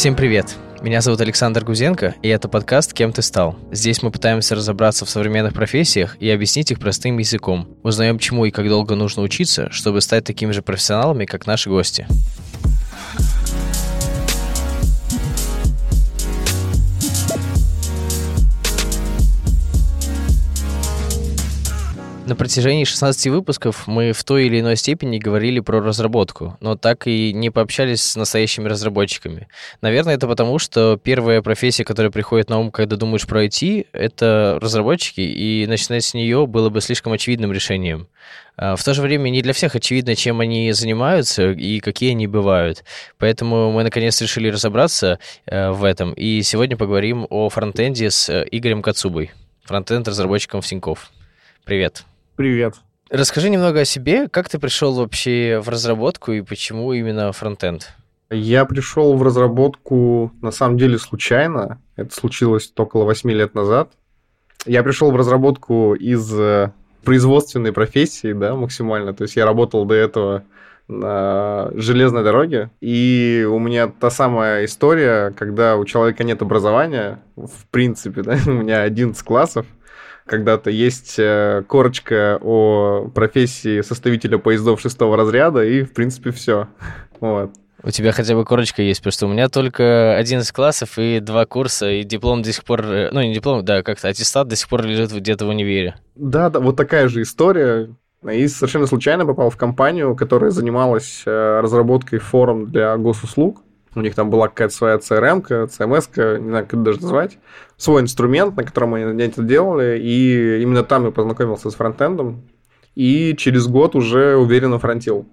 Всем привет! Меня зовут Александр Гузенко, и это подкаст «Кем ты стал?». Здесь мы пытаемся разобраться в современных профессиях и объяснить их простым языком. Узнаем, чему и как долго нужно учиться, чтобы стать такими же профессионалами, как наши гости. На протяжении 16 выпусков мы в той или иной степени говорили про разработку, но так и не пообщались с настоящими разработчиками. Наверное, это потому, что первая профессия, которая приходит на ум, когда думаешь про IT, это разработчики, и начинать с нее было бы слишком очевидным решением. В то же время не для всех очевидно, чем они занимаются и какие они бывают. Поэтому мы наконец решили разобраться в этом, и сегодня поговорим о фронтенде с Игорем Кацубой, фронтенд-разработчиком в Тинькофф. Привет. Привет. Расскажи немного о себе. Как ты пришел вообще в разработку и почему именно фронтенд? Я пришел в разработку, на самом деле, случайно. Это случилось около 8 лет назад. Я пришел в разработку из производственной профессии, да, максимально. То есть я работал до этого на железной дороге. И у меня та самая история, когда у человека нет образования, в принципе, да, у меня 11 классов. Когда-то есть корочка о профессии составителя поездов 6 разряда, и, в принципе, все. Вот. У тебя хотя бы корочка есть, потому что у меня только 11 классов и 2 курса, и диплом до сих пор... Ну, не диплом, да, как-то аттестат до сих пор лежит где-то в универе. Да, вот такая же история. И совершенно случайно попал в компанию, которая занималась разработкой форм для госуслуг. У них там была какая-то своя CRM-ка, CMS-ка, не знаю, как это даже назвать. Свой инструмент, на котором они это делали. И именно там я познакомился с фронтендом. И через год уже уверенно фронтил.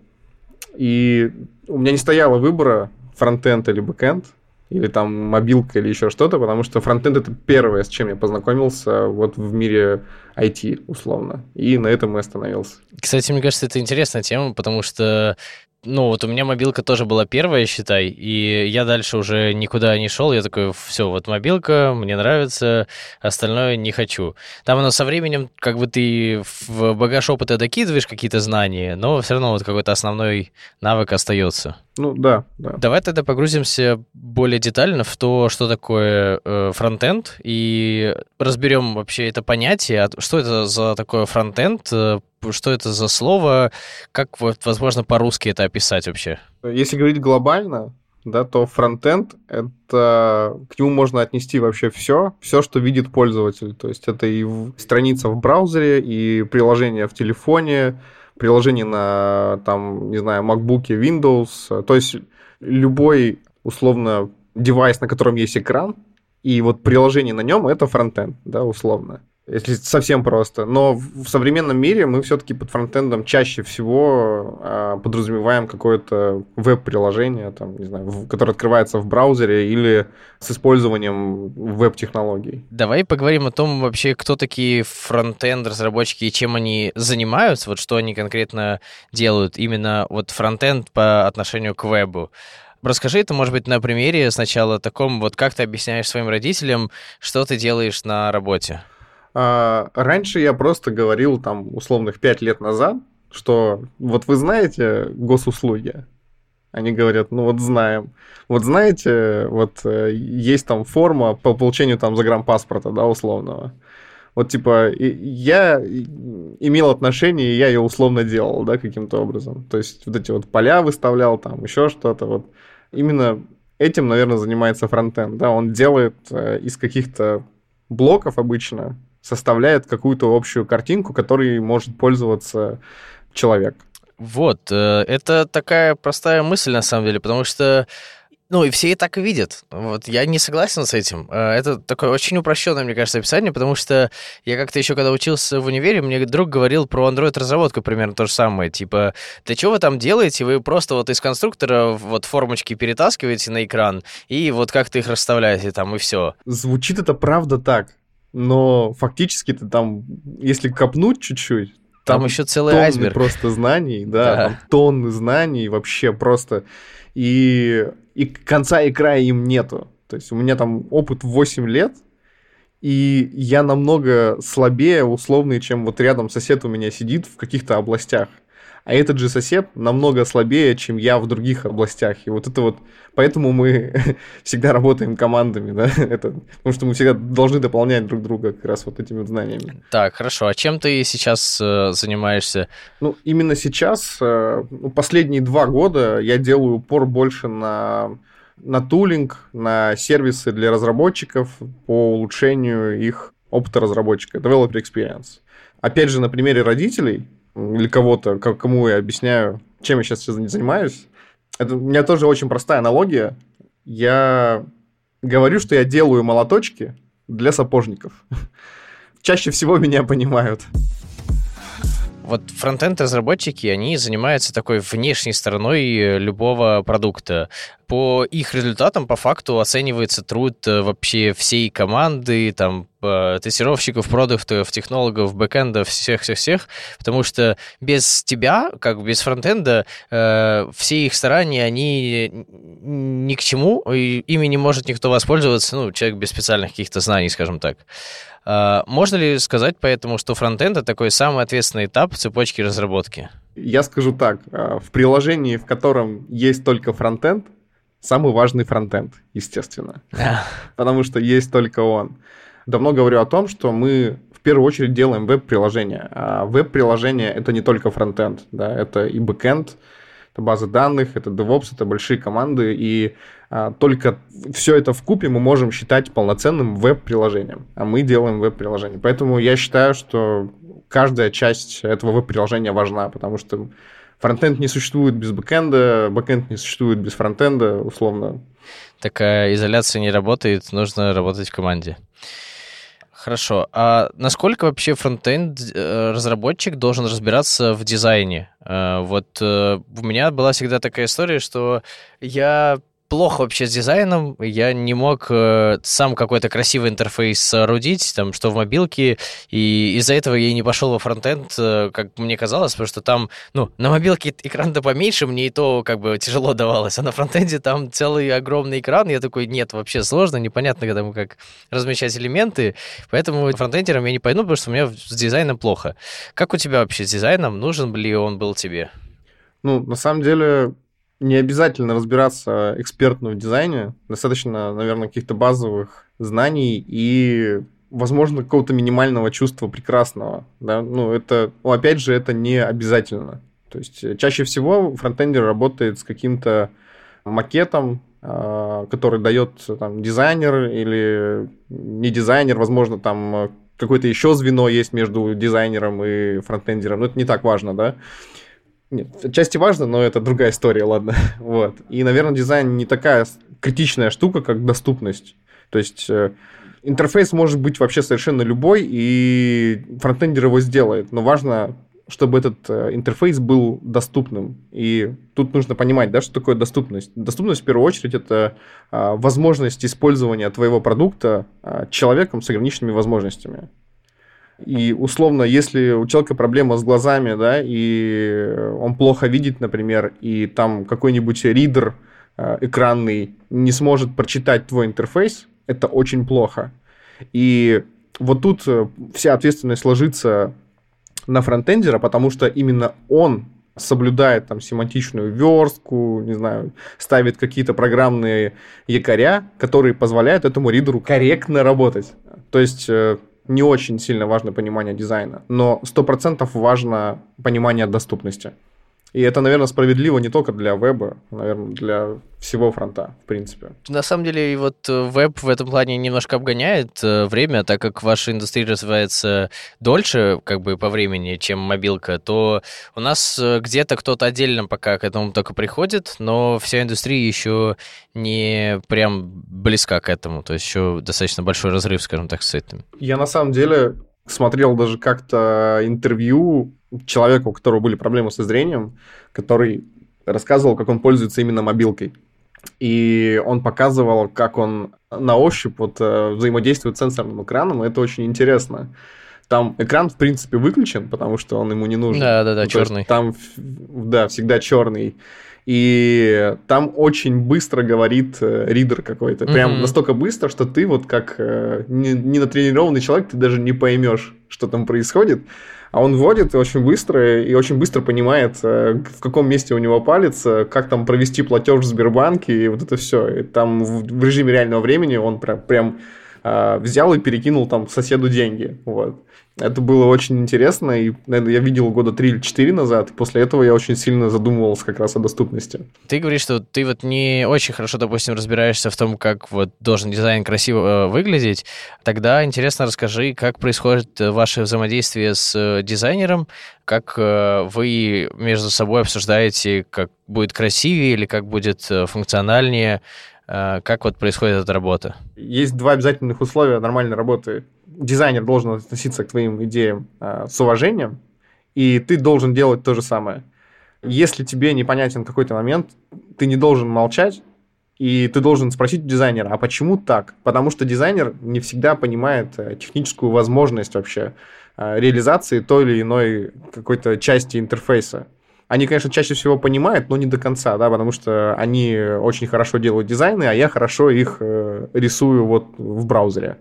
И у меня не стояло выбора фронтенд или бэкенд, или там мобилка, или еще что-то, потому что фронтенд — это первое, с чем я познакомился вот в мире IT, условно. И на этом и остановился. Кстати, мне кажется, это интересная тема, потому что... Ну, вот у меня мобилка тоже была первая, считай, и я дальше уже никуда не шел. Я такой, все, вот мобилка, мне нравится, остальное не хочу. Там оно со временем, как бы ты в багаж опыта докидываешь какие-то знания, но все равно вот какой-то основной навык остается. Ну, да. Давай тогда погрузимся более детально в то, что такое фронтенд, и разберем вообще это понятие, что это за такое фронтенд, что это за слово, как, вот, возможно, по-русски это описать вообще? Если говорить глобально, да, то фронтенд — это к нему можно отнести вообще все, что видит пользователь. То есть это и страница в браузере, и приложение в телефоне, приложение на, там, не знаю, MacBook, Windows. То есть любой, условно, девайс, на котором есть экран, и вот приложение на нем — это фронтенд, да, условно. Если совсем просто. Но в современном мире мы все-таки под фронтендом чаще всего подразумеваем какое-то веб-приложение, там, не знаю, которое открывается в браузере или с использованием веб-технологий. Давай поговорим о том вообще, кто такие фронтенд-разработчики и чем они занимаются, вот что они конкретно делают, именно вот фронтенд по отношению к вебу. Расскажи это, может быть, на примере сначала таком, вот как ты объясняешь своим родителям, что ты делаешь на работе? Раньше я просто говорил, там, условных 5 лет назад, что вот вы знаете госуслуги? Они говорят, ну вот знаем. Вот знаете, вот есть там форма по получению там загранпаспорта, да, условного. Вот типа я имел отношение, и я ее условно делал, да, каким-то образом. То есть вот эти вот поля выставлял, там еще что-то. Вот. Именно этим, наверное, занимается фронтенд. Да? Он делает из каких-то блоков обычно, составляет какую-то общую картинку, которой может пользоваться человек. Вот, это такая простая мысль, на самом деле, потому что, ну, и все и так и видят. Вот, я не согласен с этим. Это такое очень упрощенное, мне кажется, описание, потому что я как-то еще, когда учился в универе, мне друг говорил про Android-разработку примерно то же самое. Типа, да что вы там делаете? Вы просто вот из конструктора вот формочки перетаскиваете на экран, и вот как-то их расставляете там, и все. Звучит это правда так. Но фактически-то там, если копнуть чуть-чуть, там еще целый айсберг. Просто знаний, да, там тонны знаний вообще просто. И конца и края им нету. То есть у меня там опыт 8 лет, и я намного слабее, условный, чем вот рядом сосед у меня сидит в каких-то областях. а этот же сосед намного слабее, чем я в других областях. И вот это вот, поэтому мы всегда работаем командами, да, потому что мы всегда должны дополнять друг друга как раз вот этими вот знаниями. Так, хорошо. А чем ты сейчас занимаешься? Ну, именно сейчас, последние 2 года я делаю упор больше на тулинг, на сервисы для разработчиков по улучшению их опыта разработчика, developer experience. Опять же, на примере родителей или кого-то, кому я объясняю, чем я сейчас занимаюсь, это у меня тоже очень простая аналогия. Я говорю, что я делаю молоточки для сапожников. Чаще всего меня понимают. Вот фронтенд-разработчики, они занимаются такой внешней стороной любого продукта. По их результатам, по факту, оценивается труд вообще всей команды, там, тестировщиков, продуктов, технологов, бэкэнда, всех-всех-всех, потому что без тебя, как без фронтенда, все их старания, они ни к чему, и ими не может никто воспользоваться, ну, человек без специальных каких-то знаний, скажем так. Можно ли сказать поэтому, что фронтенд — это такой самый ответственный этап цепочки разработки? Я скажу так, в приложении, в котором есть только фронтенд, самый важный фронтенд, естественно, потому что есть только он. Давно говорю о том, что мы в первую очередь делаем веб-приложения, а веб-приложение — это не только фронтенд, да, это и бэкенд, это базы данных, это DevOps, это большие команды, и только все это вкупе мы можем считать полноценным веб-приложением, а мы делаем веб-приложение. Поэтому я считаю, что каждая часть этого веб-приложения важна, потому что фронтенд не существует без бэкенда, бэкенд не существует без фронтенда, условно. Такая изоляция не работает, нужно работать в команде. Хорошо. А насколько вообще фронтенд-разработчик должен разбираться в дизайне? Вот у меня была всегда такая история, что я плохо вообще с дизайном, я не мог сам какой-то красивый интерфейс соорудить, там, что в мобилке, и из-за этого я и не пошел во фронтенд, как мне казалось, потому что там, ну, на мобилке экран-то поменьше, мне и то как бы тяжело давалось, а на фронтенде там целый огромный экран, я такой, нет, вообще сложно, непонятно там, как размещать элементы, поэтому фронтендером я не пойду, потому что у меня с дизайном плохо. Как у тебя вообще с дизайном? Нужен ли он был тебе? Ну, на самом деле, не обязательно разбираться экспертно в дизайне. Достаточно, наверное, каких-то базовых знаний и, возможно, какого-то минимального чувства прекрасного. Да? Ну, это, опять же, это не обязательно. То есть, чаще всего фронтендер работает с каким-то макетом, который дает там, дизайнер или не дизайнер, возможно, там какое-то еще звено есть между дизайнером и фронтендером. Но это не так важно, да? Нет, отчасти важно, но это другая история, ладно. Вот. И, наверное, дизайн не такая критичная штука, как доступность. То есть интерфейс может быть вообще совершенно любой, и фронтендер его сделает. Но важно, чтобы этот интерфейс был доступным. И тут нужно понимать, да, что такое доступность. Доступность, в первую очередь, это возможность использования твоего продукта человеком с ограниченными возможностями. И, условно, если у человека проблема с глазами, да, и он плохо видит, например, и там какой-нибудь ридер экранный не сможет прочитать твой интерфейс, это очень плохо. И вот тут вся ответственность ложится на фронтендера, потому что именно он соблюдает там семантичную верстку, не знаю, ставит какие-то программные якоря, которые позволяют этому ридеру корректно работать. То есть не очень сильно важно понимание дизайна, но 100% важно понимание доступности. И это, наверное, справедливо не только для веба, наверное, для всего фронта, в принципе. На самом деле, вот веб в этом плане немножко обгоняет время, так как ваша индустрия развивается дольше, как бы по времени, чем мобилка, то у нас где-то кто-то отдельно пока к этому только приходит, но вся индустрия еще не прям близка к этому, то есть еще достаточно большой разрыв, скажем так, с этим. Я на самом деле смотрел даже как-то интервью человека, у которого были проблемы со зрением, который рассказывал, как он пользуется именно мобилкой. И он показывал, как он на ощупь взаимодействует с сенсорным экраном, и это очень интересно. Там экран, в принципе, выключен, потому что он ему не нужен. Да, черный. Там, да, всегда черный. И там очень быстро говорит ридер какой-то. Прям настолько быстро, что ты вот как не натренированный человек, ты даже не поймешь, что там происходит. А он вводит и очень быстро понимает, в каком месте у него палец, как там провести платеж в Сбербанке, и вот это все. И там в режиме реального времени он прям взял и перекинул там соседу деньги. Вот. Это было очень интересно, и, наверное, я видел года 3 или 4 назад, и после этого я очень сильно задумывался как раз о доступности. Ты говоришь, что ты вот не очень хорошо, допустим, разбираешься в том, как вот должен дизайн красиво выглядеть. Тогда интересно расскажи, как происходит ваше взаимодействие с дизайнером, как вы между собой обсуждаете, как будет красивее или как будет функциональнее, как вот происходит эта работа? Есть 2 обязательных условия нормальной работы. Дизайнер должен относиться к твоим идеям с уважением, и ты должен делать то же самое. Если тебе непонятен какой-то момент, ты не должен молчать, и ты должен спросить у дизайнера, а почему так? Потому что дизайнер не всегда понимает техническую возможность вообще реализации той или иной какой-то части интерфейса. Они, конечно, чаще всего понимают, но не до конца, да, потому что они очень хорошо делают дизайны, а я хорошо их рисую вот в браузере.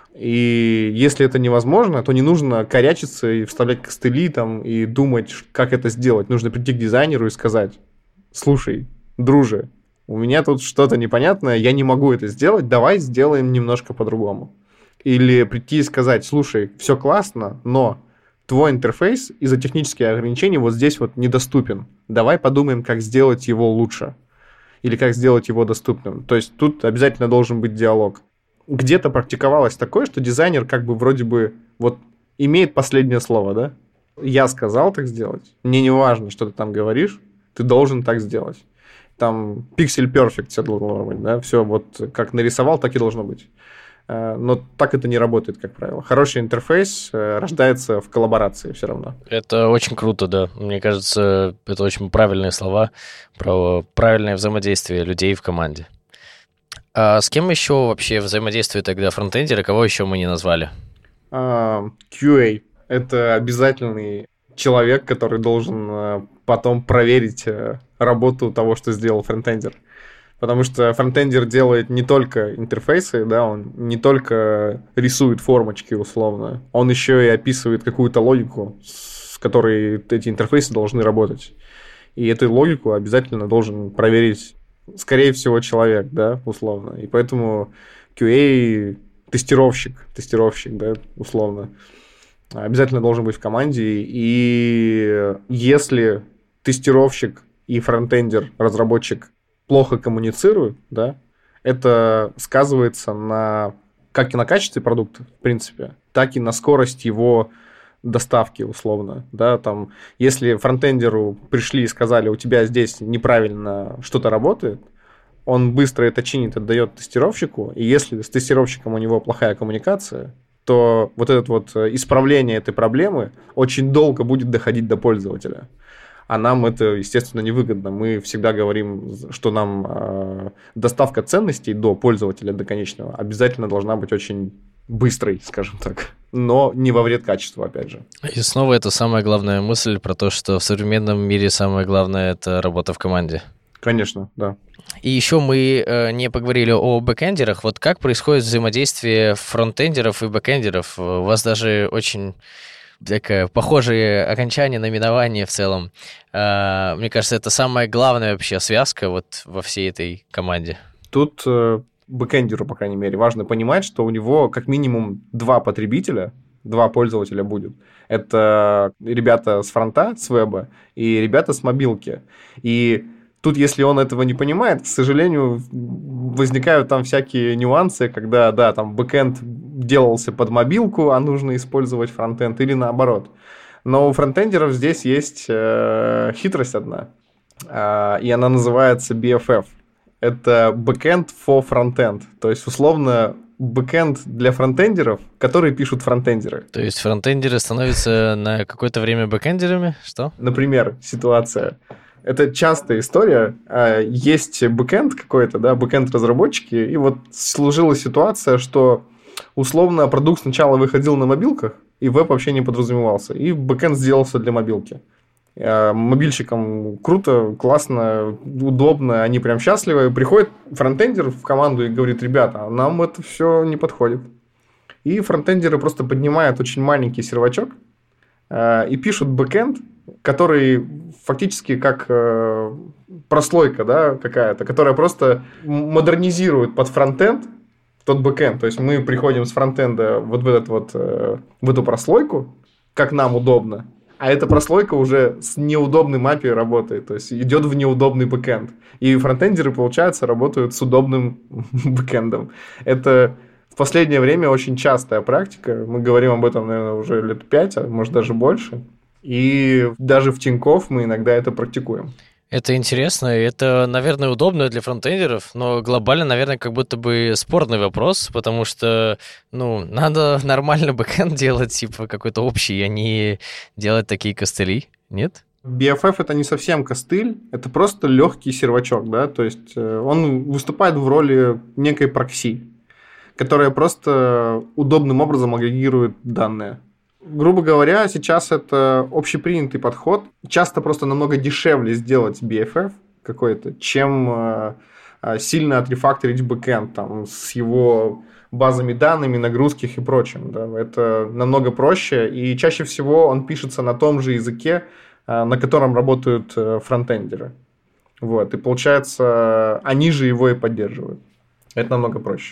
И если это невозможно, то не нужно корячиться и вставлять костыли там, и думать, как это сделать. Нужно прийти к дизайнеру и сказать: слушай, друже, у меня тут что-то непонятное, я не могу это сделать, давай сделаем немножко по-другому. Или прийти и сказать: слушай, все классно, но твой интерфейс из-за технических ограничений вот здесь вот недоступен. Давай подумаем, как сделать его лучше. Или как сделать его доступным. То есть тут обязательно должен быть диалог. Где-то практиковалось такое, что дизайнер как бы вроде бы вот имеет последнее слово, да? Я сказал так сделать. Мне не важно, что ты там говоришь, ты должен так сделать. Там pixel perfect все должно быть, да? Все вот как нарисовал, так и должно быть. Но так это не работает, как правило. Хороший интерфейс рождается в коллаборации все равно. Это очень круто, да. Мне кажется, это очень правильные слова про правильное взаимодействие людей в команде. А с кем еще вообще взаимодействует тогда фронтендеры? Кого еще мы не назвали? QA – это обязательный человек, который должен потом проверить работу того, что сделал фронтендер. Потому что фронтендер делает не только интерфейсы, да, он не только рисует формочки условно, он еще и описывает какую-то логику, с которой эти интерфейсы должны работать. И эту логику обязательно должен проверить, скорее всего, человек, да, условно. И поэтому QA тестировщик, да, условно, обязательно должен быть в команде. И если тестировщик и фронтендер, разработчик плохо коммуницируют, да, это сказывается как и на качестве продукта, в принципе, так и на скорость его доставки, условно, да, там, если фронтендеру пришли и сказали: у тебя здесь неправильно что-то работает, он быстро это чинит, отдает тестировщику, и если с тестировщиком у него плохая коммуникация, то вот это вот исправление этой проблемы очень долго будет доходить до пользователя. А нам это, естественно, невыгодно. Мы всегда говорим, что нам доставка ценностей до пользователя, до конечного, обязательно должна быть очень быстрой, скажем так. Но не во вред качеству, опять же. И снова это самая главная мысль про то, что в современном мире самое главное – это работа в команде. Конечно, да. И еще мы не поговорили о бэкэндерах. Вот как происходит взаимодействие фронтендеров и бэкэндеров? У вас даже очень такое похожие окончания, наименования в целом. Мне кажется, это самая главная вообще связка вот во всей этой команде. Тут бэкэндеру, по крайней мере, важно понимать, что у него как минимум 2 потребителя, 2 пользователя будет. Это ребята с фронта, с веба, и ребята с мобилки. И тут, если он этого не понимает, к сожалению, возникают там всякие нюансы, когда, да, там бэкэнд делался под мобилку, а нужно использовать фронтенд, или наоборот. Но у фронтендеров здесь есть хитрость одна, и она называется BFF. Это backend for frontend. То есть, условно, бэкэнд для фронтендеров, которые пишут фронтендеры. То есть фронтендеры становятся на какое-то время бэкэндерами? Что? Например, ситуация. Это частая история. Есть бэкэнд какой-то, да, бэкэнд-разработчики, и вот сложилась ситуация, что условно продукт сначала выходил на мобилках, и веб вообще не подразумевался, и бэкэнд сделался для мобилки. Мобильщикам круто, классно, удобно, они прям счастливы. Приходит фронтендер в команду и говорит: ребята, нам это все не подходит. И фронтендеры просто поднимают очень маленький сервачок, и пишут бэкэнд, который фактически как прослойка, да, какая-то, которая просто модернизирует под фронтенд тот бэкэнд. То есть мы приходим с фронтенда вот в эту прослойку, как нам удобно, а эта прослойка уже с неудобным API работает, то есть идет в неудобный бэкэнд. И фронтендеры, получается, работают с удобным бэкэндом. Это в последнее время очень частая практика. Мы говорим об этом, наверное, уже лет 5, а может даже больше. И даже в Тинькофф мы иногда это практикуем. Это интересно, и это, наверное, удобно для фронтендеров, но глобально, наверное, как будто бы спорный вопрос, потому что, надо нормально бэкэнд делать, типа какой-то общий, а не делать такие костыли, нет? BFF это не совсем костыль, это просто легкий сервачок, да, то есть он выступает в роли некой прокси, которая просто удобным образом агрегирует данные. Грубо говоря, сейчас это общепринятый подход. Часто просто намного дешевле сделать BFF какой-то, чем сильно отрефакторить бэкэнд там, с его базами данными, нагрузками и прочим. Да. Это намного проще, и чаще всего он пишется на том же языке, на котором работают фронтендеры. Вот. И получается, они же его и поддерживают. Это намного проще.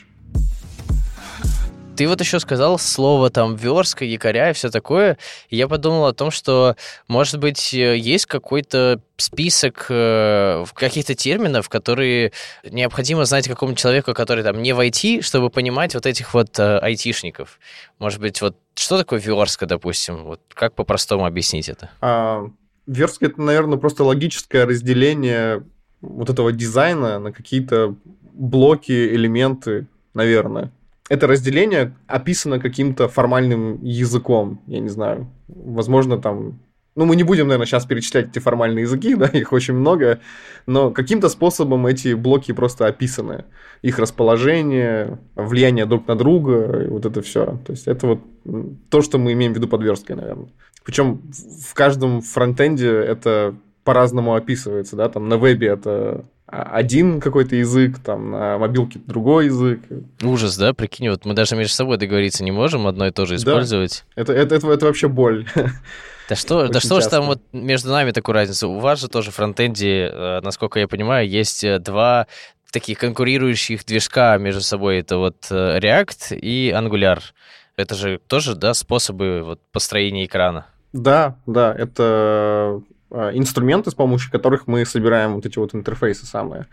Ты вот еще сказал слово там верстка, якоря и все такое, и я подумал о том, что, может быть, есть какой-то список каких-то терминов, которые необходимо знать какому-то человеку, который там не в IT, чтобы понимать вот этих вот айтишников. Может быть, вот что такое верстка, допустим? Вот как по-простому объяснить это? Верстка – это, наверное, просто логическое разделение вот этого дизайна на какие-то блоки, элементы, наверное. Это разделение описано каким-то формальным языком, я не знаю, возможно, там... мы не будем, наверное, сейчас перечислять эти формальные языки, да, их очень много, но каким-то способом эти блоки просто описаны. Их расположение, влияние друг на друга, и вот это все. То есть, это вот то, что мы имеем в виду под версткой, наверное. Причем в каждом фронтенде это по-разному описывается, да, там на вебе это... один какой-то язык, там на мобилке другой язык. Ужас, да? Прикинь, вот мы даже между собой договориться не можем, одно и то же использовать. Да, это вообще боль. Да что ж там вот между нами такую разницу? У вас же тоже в фронтенде, насколько я понимаю, есть два таких конкурирующих движка между собой. Это вот React и Angular. Это же тоже, да, способы вот построения экрана? Да, это... инструменты, с помощью которых мы собираем вот эти вот интерфейсы самые,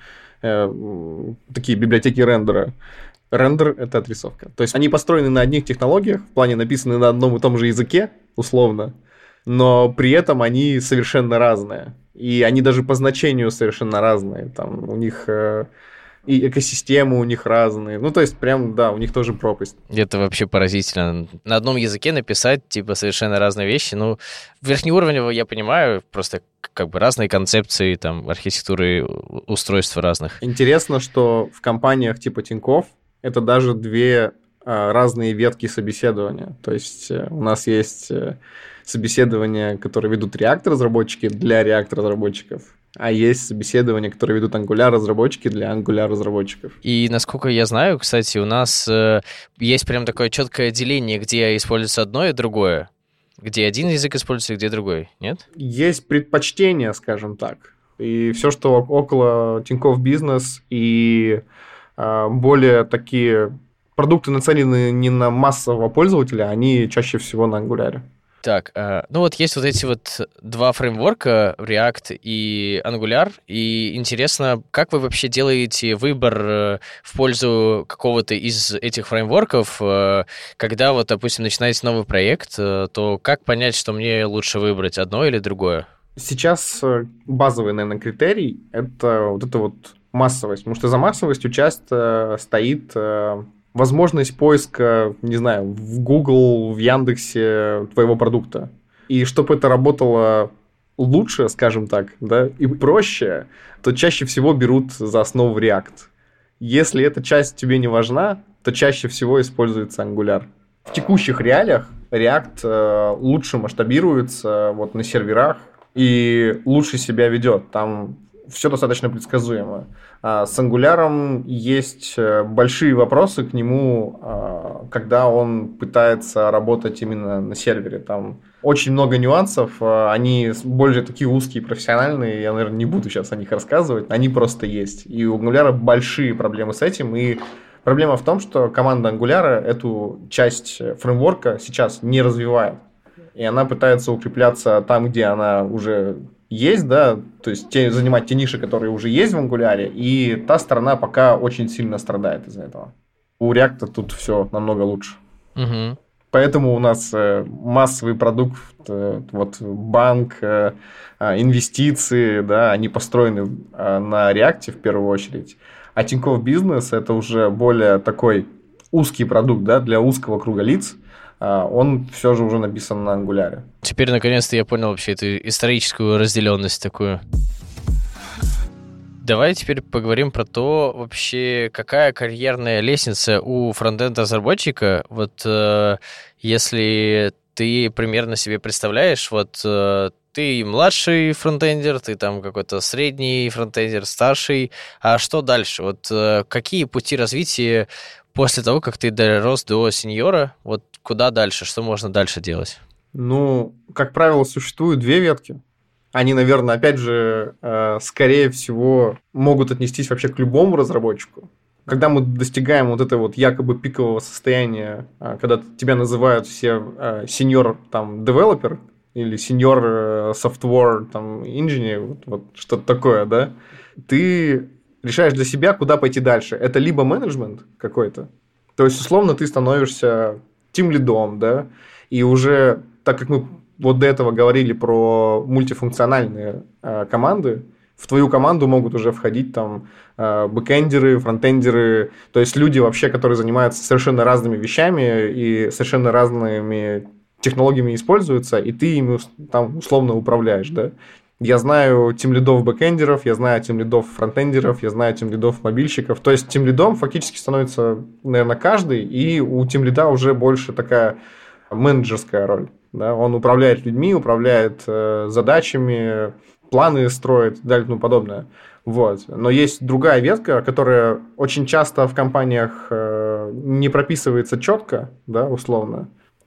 такие библиотеки рендера. Рендер – это отрисовка. То есть они построены на одних технологиях, в плане написаны на одном и том же языке, условно, но при этом они совершенно разные. И они даже по значению совершенно разные. Там у них... и экосистемы у них разные. То есть, прям, да, у них тоже пропасть. Это вообще поразительно. На одном языке написать, типа, совершенно разные вещи. Верхнеуровнево я понимаю, просто как бы разные концепции, там, архитектуры, устройств разных. Интересно, что в компаниях типа Тинькофф это даже две разные ветки собеседования. То есть, у нас есть собеседования, которые ведут React-разработчики для React-разработчиков, а есть собеседования, которые ведут Angular-разработчики для Angular-разработчиков. И, насколько я знаю, кстати, у нас есть прям такое четкое деление, где используется одно и другое. Где один язык используется, где другой, нет? Есть предпочтения, скажем так. И все, что около Тинькофф Бизнес и более такие продукты, нацеленные не на массового пользователя, они чаще всего на Angular. Так, вот есть вот эти вот два фреймворка, React и Angular, и интересно, как вы вообще делаете выбор в пользу какого-то из этих фреймворков, когда вот, допустим, начинаете новый проект, то как понять, что мне лучше выбрать одно или другое? Сейчас базовый, наверное, критерий – это вот эта вот массовость, потому что за массовостью часто стоит... возможность поиска, не знаю, в Google, в Яндексе твоего продукта. И чтобы это работало лучше, скажем так, да, и проще, то чаще всего берут за основу React. Если эта часть тебе не важна, то чаще всего используется Angular. В текущих реалиях React лучше масштабируется вот на серверах и лучше себя ведет. Там все достаточно предсказуемо. С Angular есть большие вопросы к нему, когда он пытается работать именно на сервере. Там очень много нюансов, они более такие узкие, профессиональные, я, наверное, не буду сейчас о них рассказывать, они просто есть. И у Angular большие проблемы с этим, и проблема в том, что команда Angular эту часть фреймворка сейчас не развивает. И она пытается укрепляться там, где она уже есть, да, то есть занимать те ниши, которые уже есть в Angular, и та сторона пока очень сильно страдает из-за этого. У React тут все намного лучше. Угу. Поэтому у нас массовый продукт, вот банк, инвестиции, да, они построены на React в первую очередь. А Тинькофф Бизнес – это уже более такой узкий продукт, да, для узкого круга лиц. Он все же уже написан на Angular. Теперь, наконец-то, я понял вообще эту историческую разделенность такую. Давай теперь поговорим про то, вообще, какая карьерная лестница у фронтенд-разработчика. Вот если ты примерно себе представляешь, вот ты младший фронтендер, ты там какой-то средний фронтендер, старший, а что дальше? Вот какие пути развития после того, как ты дорос до сеньора, вот куда дальше, что можно дальше делать? Ну, как правило, существуют две ветки. Они, наверное, опять же, скорее всего, могут отнестись вообще к любому разработчику. Когда мы достигаем вот этого вот якобы пикового состояния, когда тебя называют все senior там developer или senior software там engineer, вот что-то такое, да, ты решаешь для себя, куда пойти дальше. Это либо менеджмент какой-то, то есть, условно, ты становишься тимлидом, да, и уже, так как мы вот до этого говорили про мультифункциональные команды, в твою команду могут уже входить там бэкэндеры, фронтендеры, то есть люди вообще, которые занимаются совершенно разными вещами и совершенно разными технологиями используются, и ты ими там условно управляешь, да. Я знаю тимлидов бэкэндеров, я знаю тимлидов фронтендеров, я знаю тимлидов мобильщиков. То есть тимлидом фактически становится, наверное, каждый, и у тимлида уже больше такая менеджерская роль. Да? Он управляет людьми, управляет задачами, планы строит и далее и тому подобное. Вот. Но есть другая ветка, которая очень часто в компаниях не прописывается четко, да, условно,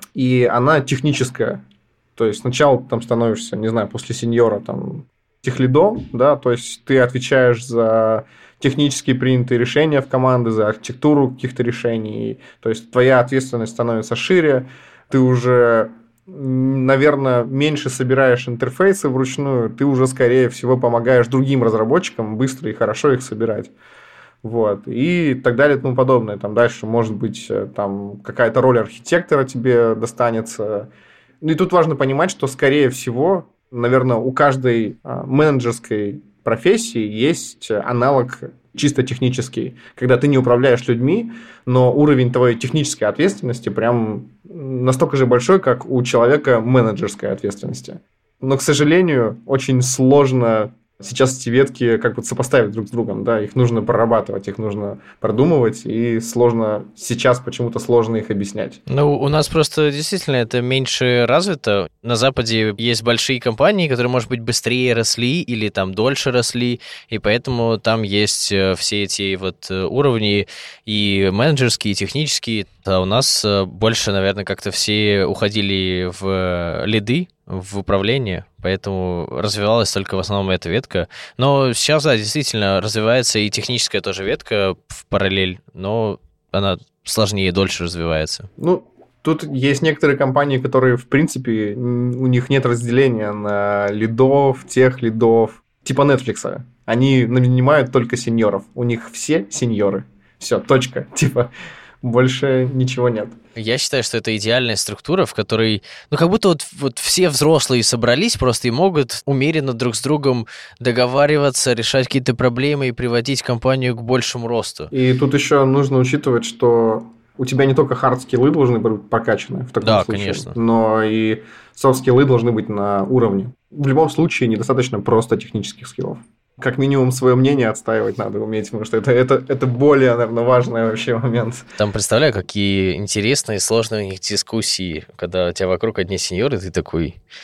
и она техническая. То есть сначала там становишься, не знаю, после сеньора там техлидом, да, то есть ты отвечаешь за технически принятые решения в команде, за архитектуру каких-то решений, то есть твоя ответственность становится шире, ты уже, наверное, меньше собираешь интерфейсы вручную, ты уже, скорее всего, помогаешь другим разработчикам быстро и хорошо их собирать. Вот, и так далее и тому подобное. Там дальше, может быть, там какая-то роль архитектора тебе достанется. Ну и тут важно понимать, что, скорее всего, наверное, у каждой менеджерской профессии есть аналог чисто технический, когда ты не управляешь людьми, но уровень твоей технической ответственности прям настолько же большой, как у человека менеджерской ответственности. Но, к сожалению, очень сложно сейчас эти ветки как бы сопоставить друг с другом, да, их нужно прорабатывать, их нужно продумывать, и сложно, сейчас почему-то сложно их объяснять. Ну, у нас просто действительно это меньше развито. На Западе есть большие компании, которые, может быть, быстрее росли или там дольше росли, и поэтому там есть все эти вот уровни и менеджерские, и технические. А у нас больше, наверное, как-то все уходили в лиды, в управление, поэтому развивалась только в основном эта ветка. Но сейчас, да, действительно развивается и техническая тоже ветка в параллель, но она сложнее и дольше развивается. Ну, тут есть некоторые компании, которые, в принципе, у них нет разделения на лидов, тех лидов, типа Netflix. Они нанимают только сеньоров. У них все сеньоры. Все, точка. Типа, больше ничего нет. Я считаю, что это идеальная структура, в которой, ну, как будто вот все взрослые собрались просто и могут умеренно друг с другом договариваться, решать какие-то проблемы и приводить компанию к большему росту. И тут еще нужно учитывать, что у тебя не только хард-скиллы должны быть прокачаны в таком случае, конечно, но и софт-скиллы должны быть на уровне. В любом случае недостаточно просто технических скиллов. Как минимум свое мнение отстаивать надо уметь, потому что это более, наверное, важный вообще момент. Там представляю, какие интересные, сложные у них дискуссии, когда у тебя вокруг одни сеньоры, ты такой,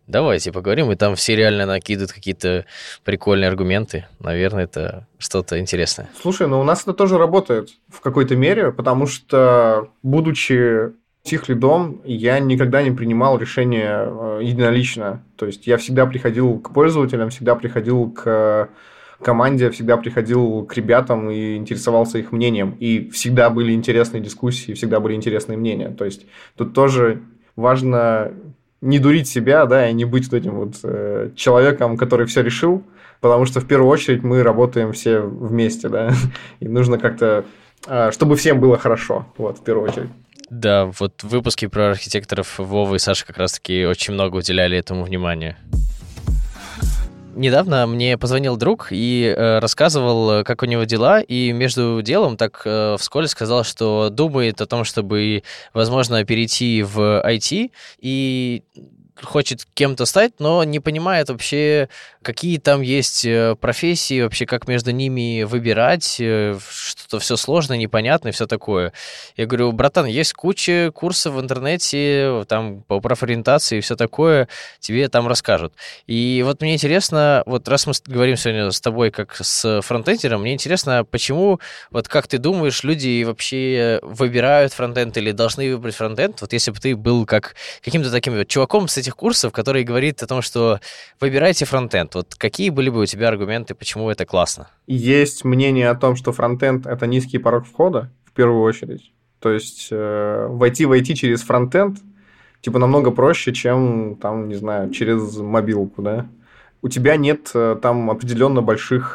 Давайте поговорим, и там все реально накидывают какие-то прикольные аргументы. Наверное, это что-то интересное. Слушай, ну у нас это тоже работает в какой-то мере, потому что, будучи тихлидом, я никогда не принимал решения единолично. То есть я всегда приходил к пользователям, всегда приходил к команде, всегда приходил к ребятам и интересовался их мнением. И всегда были интересные дискуссии, всегда были интересные мнения. То есть тут тоже важно не дурить себя, да, и не быть вот этим вот человеком, который все решил, потому что в первую очередь мы работаем все вместе, да, и нужно как-то, чтобы всем было хорошо, вот, в первую очередь. Да, вот выпуски про архитекторов Вова и Саша как раз-таки очень много уделяли этому внимания. Недавно мне позвонил друг и рассказывал, как у него дела, и между делом так вскользь сказал, что думает о том, чтобы, возможно, перейти в IT, и хочет кем-то стать, но не понимает вообще, какие там есть профессии, вообще как между ними выбирать, что-то все сложно, непонятно и все такое. Я говорю, братан, есть куча курсов в интернете, там по профориентации и все такое, тебе там расскажут. И вот мне интересно, вот раз мы говорим сегодня с тобой как с фронтендером, мне интересно, почему, вот как ты думаешь, люди вообще выбирают фронтенд или должны выбрать фронтенд? Вот если бы ты был как каким-то таким вот чуваком с этих курсов, который говорит о том, что выбирайте фронтенд. Вот какие были бы у тебя аргументы, почему это классно? Есть мнение о том, что фронтенд – это низкий порог входа, в первую очередь. То есть войти в IT через фронтенд типа намного проще, чем, там, не знаю, через мобилку, да. У тебя нет там определенно больших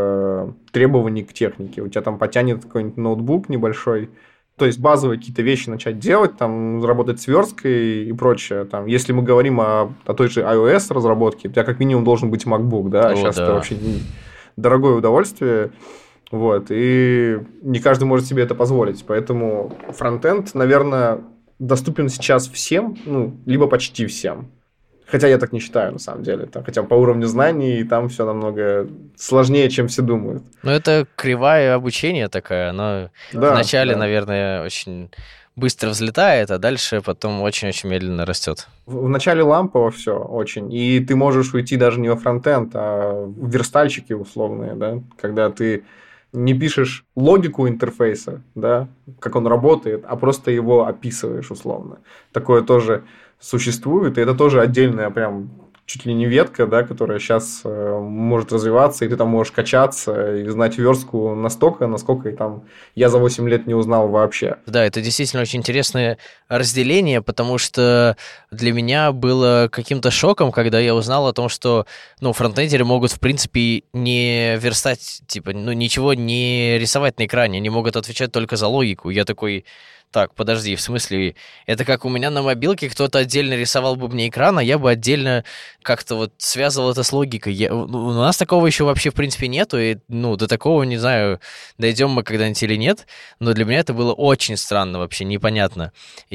требований к технике. У тебя там потянет какой-нибудь ноутбук небольшой. То есть базовые какие-то вещи начать делать, там, работать с версткой и прочее. Там, если мы говорим о той же iOS-разработке, у тебя как минимум должен быть MacBook, да? Сейчас это вообще дорогое удовольствие. Вот, и не каждый может себе это позволить. Поэтому фронтенд, наверное, доступен сейчас всем, ну, либо почти всем. Хотя я так не считаю, на самом деле. Там, хотя по уровню знаний там все намного сложнее, чем все думают. Ну, это кривая обучения такая. Она вначале, наверное, очень быстро взлетает, а дальше потом очень-очень медленно растет. В начале лампово все очень. И ты можешь уйти даже не во фронтенд, а в верстальщики условные, да, когда ты не пишешь логику интерфейса, да, как он работает, а просто его описываешь условно. Такое тоже существует, и это тоже отдельная прям чуть ли не ветка, да, которая сейчас может развиваться, и ты там можешь качаться и знать верстку настолько, насколько и там я за 8 лет не узнал вообще. Да, это действительно очень интересное разделение, потому что для меня было каким-то шоком, когда я узнал о том, что, ну, фронтендеры могут, в принципе, не верстать, типа, ну, ничего не рисовать на экране, они могут отвечать только за логику. Я такой... Так, подожди, в смысле, это как у меня на мобилке кто-то отдельно рисовал бы мне экран, а я бы отдельно как-то вот связывал это с логикой. У нас такого еще вообще в принципе нету, и, ну, до такого, не знаю, дойдем мы когда-нибудь или нет, но для меня это было очень странно вообще, непонятно.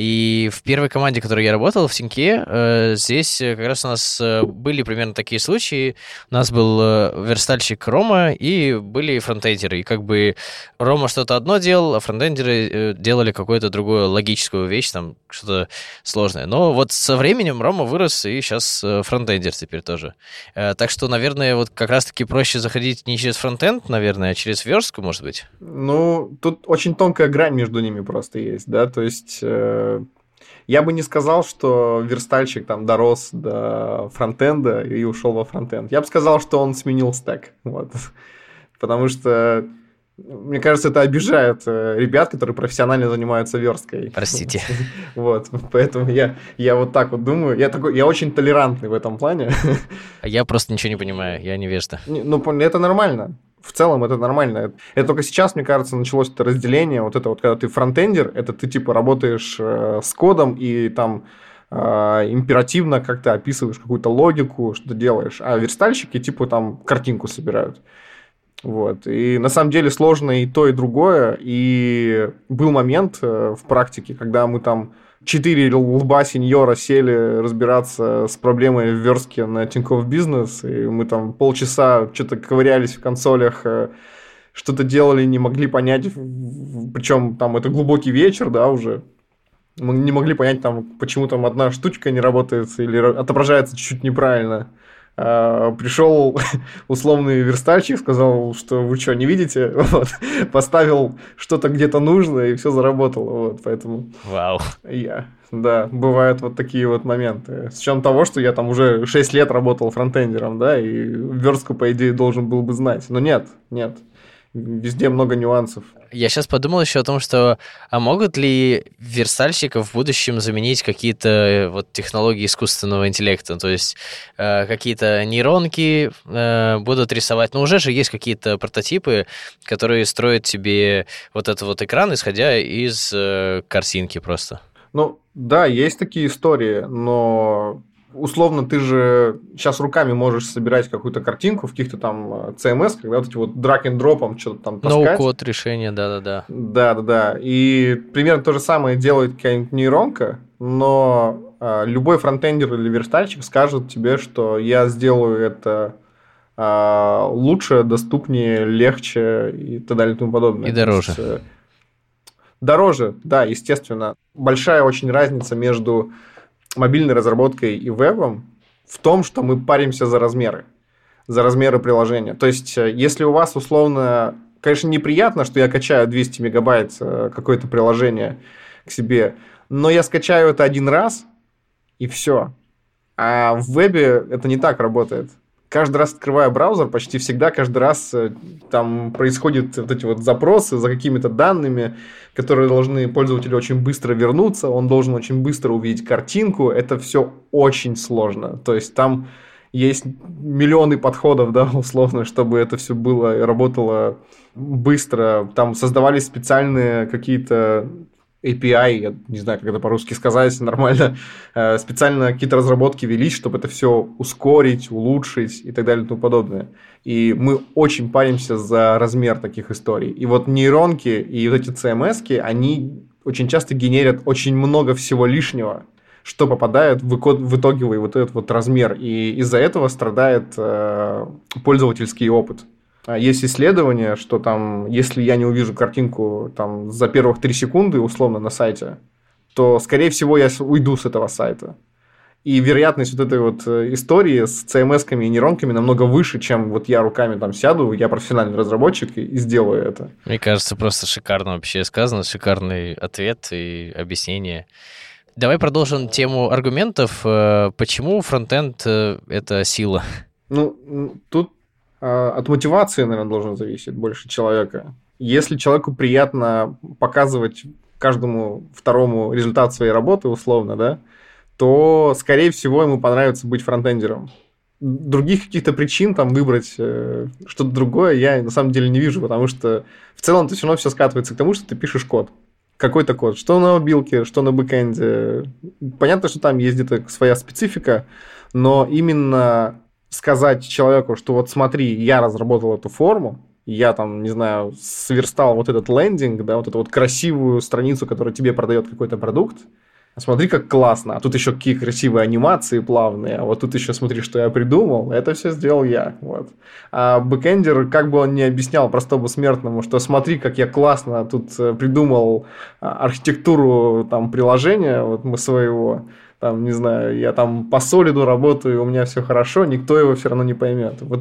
И в первой команде, в которой я работал, в Тиньке, здесь как раз у нас были примерно такие случаи. У нас был верстальщик Рома, и были фронтендеры, и как бы Рома что-то одно делал, а фронтендеры делали какое-то другую логическую вещь, там что-то сложное. Но вот со временем Рома вырос, и сейчас фронтендер теперь тоже. Так что, наверное, вот как раз-таки проще заходить не через фронтенд, наверное, а через верстку, может быть. Ну, тут очень тонкая грань между ними просто есть, да, то есть... Я бы не сказал, что верстальщик там дорос до фронтенда и ушел во фронтенд. Я бы сказал, что он сменил стэк. Вот. Потому что, мне кажется, это обижает ребят, которые профессионально занимаются версткой. Простите. Вот. Поэтому я вот так вот думаю. Я очень толерантный в этом плане. Я просто ничего не понимаю, я невежда. Ну, это нормально. В целом это нормально. Это только сейчас, мне кажется, началось это разделение. Вот это вот, когда ты фронтендер, это ты типа работаешь с кодом и там императивно как-то описываешь какую-то логику, что ты делаешь. А верстальщики типа там картинку собирают. Вот. И на самом деле сложно и то, и другое. И был момент в практике, когда мы там 4 лба сеньора сели разбираться с проблемой в верстке на Тинькофф Бизнес, и мы там полчаса что-то ковырялись в консолях, что-то делали, не могли понять, причем там это глубокий вечер, да, уже. Мы не могли понять, там, почему там одна штучка не работает или отображается чуть-чуть неправильно. Пришел условный верстальщик, сказал, что вы что, не видите? Вот. Поставил что-то где-то нужно, и все заработало. Вот, поэтому Вау. да, бывают вот такие вот моменты. С учетом того, что я там уже 6 лет работал фронтендером, да, и верстку, по идее, должен был бы знать. Но нет. Везде много нюансов. Я сейчас подумал еще о том, что могут ли верстальщиков в будущем заменить какие-то вот технологии искусственного интеллекта? То есть какие-то нейронки будут рисовать. Но уже же есть какие-то прототипы, которые строят тебе вот этот вот экран, исходя из картинки просто. Ну, да, есть такие истории, но условно ты же сейчас руками можешь собирать какую-то картинку в каких-то там CMS, когда вот эти вот drag-and-drop'ом что-то там таскать. Ноу-код решение, да-да-да. Да. И примерно то же самое делает какая-нибудь нейронка, но любой фронтендер или верстальщик скажет тебе, что я сделаю это лучше, доступнее, легче и так далее и тому подобное. И дороже. Дороже, да, естественно. Большая очень разница между мобильной разработкой и вебом в том, что мы паримся за размеры приложения. То есть, если у вас условно, конечно, неприятно, что я качаю 200 мегабайт какое-то приложение к себе, но я скачаю это один раз, и все. А в вебе это не так работает. Каждый раз, открывая браузер, почти всегда, каждый раз там происходят вот эти вот запросы за какими-то данными, которые должны пользователю очень быстро вернуться, он должен очень быстро увидеть картинку, это все очень сложно. То есть там есть миллионы подходов, да, условно, чтобы это все было и работало быстро. Там создавались специальные какие-то API, я не знаю, как это по-русски сказать нормально, специально какие-то разработки велись, чтобы это все ускорить, улучшить и так далее и тому подобное. И мы очень паримся за размер таких историй. И вот нейронки и вот эти CMS-ки, они очень часто генерят очень много всего лишнего, что попадает в итоговый вот этот вот размер. И из-за этого страдает пользовательский опыт. Есть исследование, что там, если я не увижу картинку там, за первых 3 секунды, условно, на сайте, то, скорее всего, я уйду с этого сайта. И вероятность вот этой вот истории с CMS-ками и нейронками намного выше, чем вот я руками там сяду, я профессиональный разработчик и сделаю это. Мне кажется, просто шикарно вообще сказано, шикарный ответ и объяснение. Давай продолжим тему аргументов. Почему фронтенд — это сила? Ну, тут от мотивации, наверное, должно зависеть больше человека. Если человеку приятно показывать каждому второму результат своей работы, условно, да, то, скорее всего, ему понравится быть фронтендером. Других каких-то причин там выбрать что-то другое я на самом деле не вижу, потому что в целом это все равно все скатывается к тому, что ты пишешь код. Какой-то код. Что на мобилке, что на бэкэнде. Понятно, что там есть где-то своя специфика, но именно сказать человеку, что вот смотри, я разработал эту форму, я там, не знаю, сверстал вот этот лендинг, да, вот эту вот красивую страницу, которая тебе продает какой-то продукт, смотри, как классно, а тут еще какие красивые анимации плавные, а вот тут еще смотри, что я придумал, это все сделал я, вот. А бэкэндер, как бы он ни объяснял простому смертному, что смотри, как я классно тут придумал архитектуру там приложения, вот мы своего, там, не знаю, я там по солиду работаю, у меня все хорошо, никто его все равно не поймет. Вот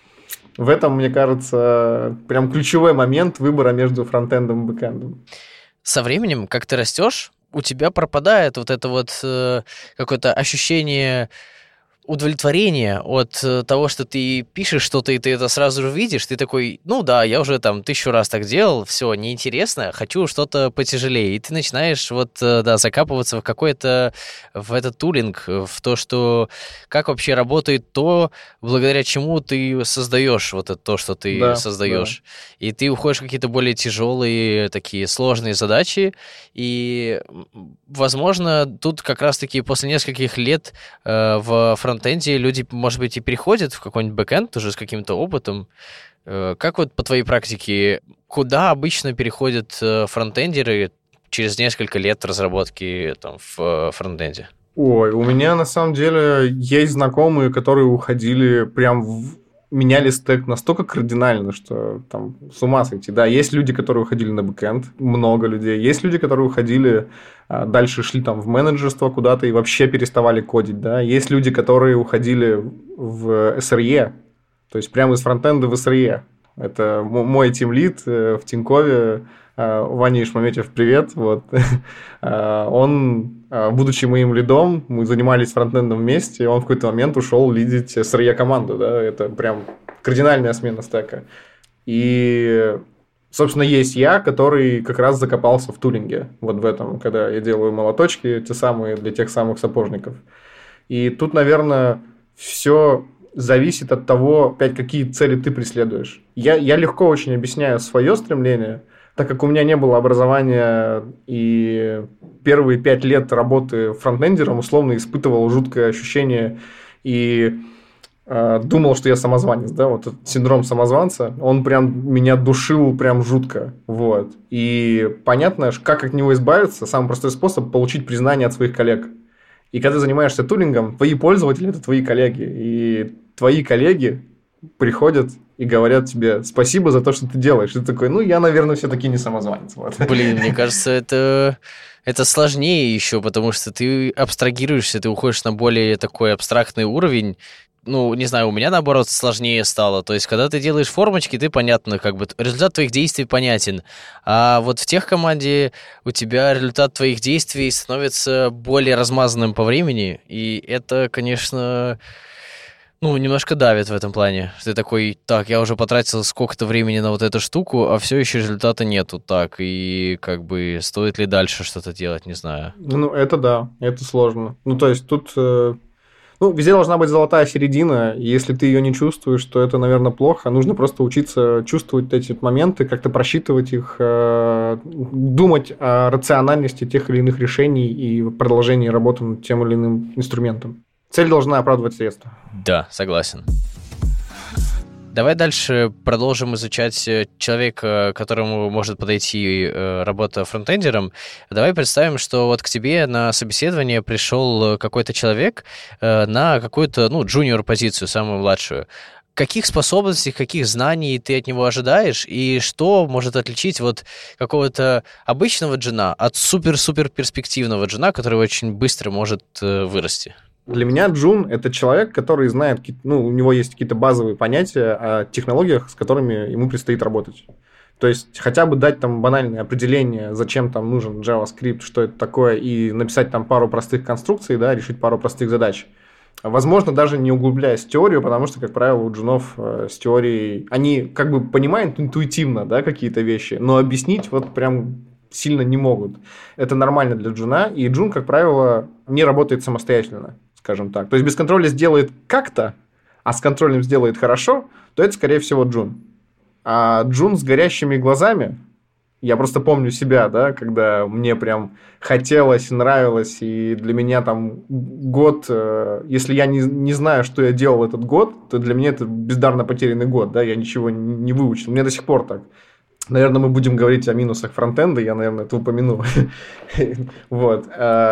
в этом, мне кажется, прям ключевой момент выбора между фронтендом и бэкэндом. Со временем, как ты растешь, у тебя пропадает вот это вот какое-то ощущение удовлетворения от того, что ты пишешь что-то, и ты это сразу же видишь, ты такой, ну да, я уже там 1000 раз так делал, все, неинтересно, хочу что-то потяжелее. И ты начинаешь вот, да, закапываться в какой-то, в этот тулинг, в то, что как вообще работает то, благодаря чему ты создаешь вот это, то, что ты создаешь. Да. И ты уходишь в какие-то более тяжелые, такие сложные задачи, и, возможно, тут как раз-таки после нескольких лет в фронтенде люди, может быть, и переходят в какой-нибудь бэкэнд уже с каким-то опытом. Как вот по твоей практике, куда обычно переходят фронтендеры через несколько лет разработки там, в фронтенде? Ой, у меня на самом деле есть знакомые, которые уходили прям меняли стек настолько кардинально, что там с ума сойти. Да, есть люди, которые уходили на бэкэнд, много людей. Есть люди, которые уходили, дальше шли там в менеджерство куда-то и вообще переставали кодить. Да. Есть люди, которые уходили в SRE, то есть прямо из фронтенда в SRE. Это мой тимлид в Тинькове, Ваня Ишмаметьев, привет. Вот. Он, будучи моим лидом, мы занимались фронтендом вместе, и он в какой-то момент ушел лидить SRE команду. Да? Это прям кардинальная смена стека. И, собственно, есть я, который как раз закопался в тулинге. Вот в этом, когда я делаю молоточки, те самые для тех самых сапожников. И тут, наверное, все зависит от того, опять, какие цели ты преследуешь. Я легко очень объясняю свое стремление, так как у меня не было образования и первые 5 лет работы фронтендером условно испытывал жуткое ощущение и думал, что я самозванец, да, вот этот синдром самозванца, он прям меня душил прям жутко, вот. И понятно, как от него избавиться, самый простой способ получить признание от своих коллег. И когда ты занимаешься тулингом, твои пользователи – это твои коллеги. И твои коллеги приходят и говорят тебе спасибо за то, что ты делаешь. И ты такой, я, наверное, все-таки не самозванец. Вот. Блин, мне кажется, это сложнее еще, потому что ты абстрагируешься, ты уходишь на более такой абстрактный уровень. Не знаю, у меня, наоборот, сложнее стало. То есть, когда ты делаешь формочки, ты, понятно, как бы результат твоих действий понятен. А вот в техкоманде у тебя результат твоих действий становится более размазанным по времени, и это, конечно, немножко давит в этом плане. Ты такой, так, я уже потратил сколько-то времени на вот эту штуку, а все еще результата нету. Так, и как бы стоит ли дальше что-то делать, не знаю. Это да, это сложно. То есть, тут... везде должна быть золотая середина. Если ты ее не чувствуешь, то это, наверное, плохо. Нужно просто учиться чувствовать эти моменты, как-то просчитывать их, думать о рациональности тех или иных решений и продолжении работы над тем или иным инструментом. Цель должна оправдывать средства. Да, согласен. Давай дальше продолжим изучать человека, которому может подойти работа фронтендером. Давай представим, что вот к тебе на собеседование пришел какой-то человек на какую-то, джуниор-позицию, самую младшую. Каких способностей, каких знаний ты от него ожидаешь, и что может отличить вот какого-то обычного джуна от супер-супер перспективного джуна, который очень быстро может вырасти? Для меня джун – это человек, который знает, у него есть какие-то базовые понятия о технологиях, с которыми ему предстоит работать. То есть, хотя бы дать там банальное определение, зачем там нужен JavaScript, что это такое, и написать там пару простых конструкций, да, решить пару простых задач. Возможно, даже не углубляясь в теорию, потому что, как правило, у джунов с теорией, они как бы понимают интуитивно, да, какие-то вещи, но объяснить вот прям сильно не могут. Это нормально для джуна, и джун, как правило, не работает самостоятельно, скажем так. То есть без контроля сделает как-то, а с контролем сделает хорошо, то это, скорее всего, джун. А джун с горящими глазами, я просто помню себя, да, когда мне прям хотелось, нравилось, и для меня там год, если я не знаю, что я делал этот год, то для меня это бездарно потерянный год, да, я ничего не выучил. Мне до сих пор так. Наверное, мы будем говорить о минусах фронтенда, я, наверное, это упомяну. Вот.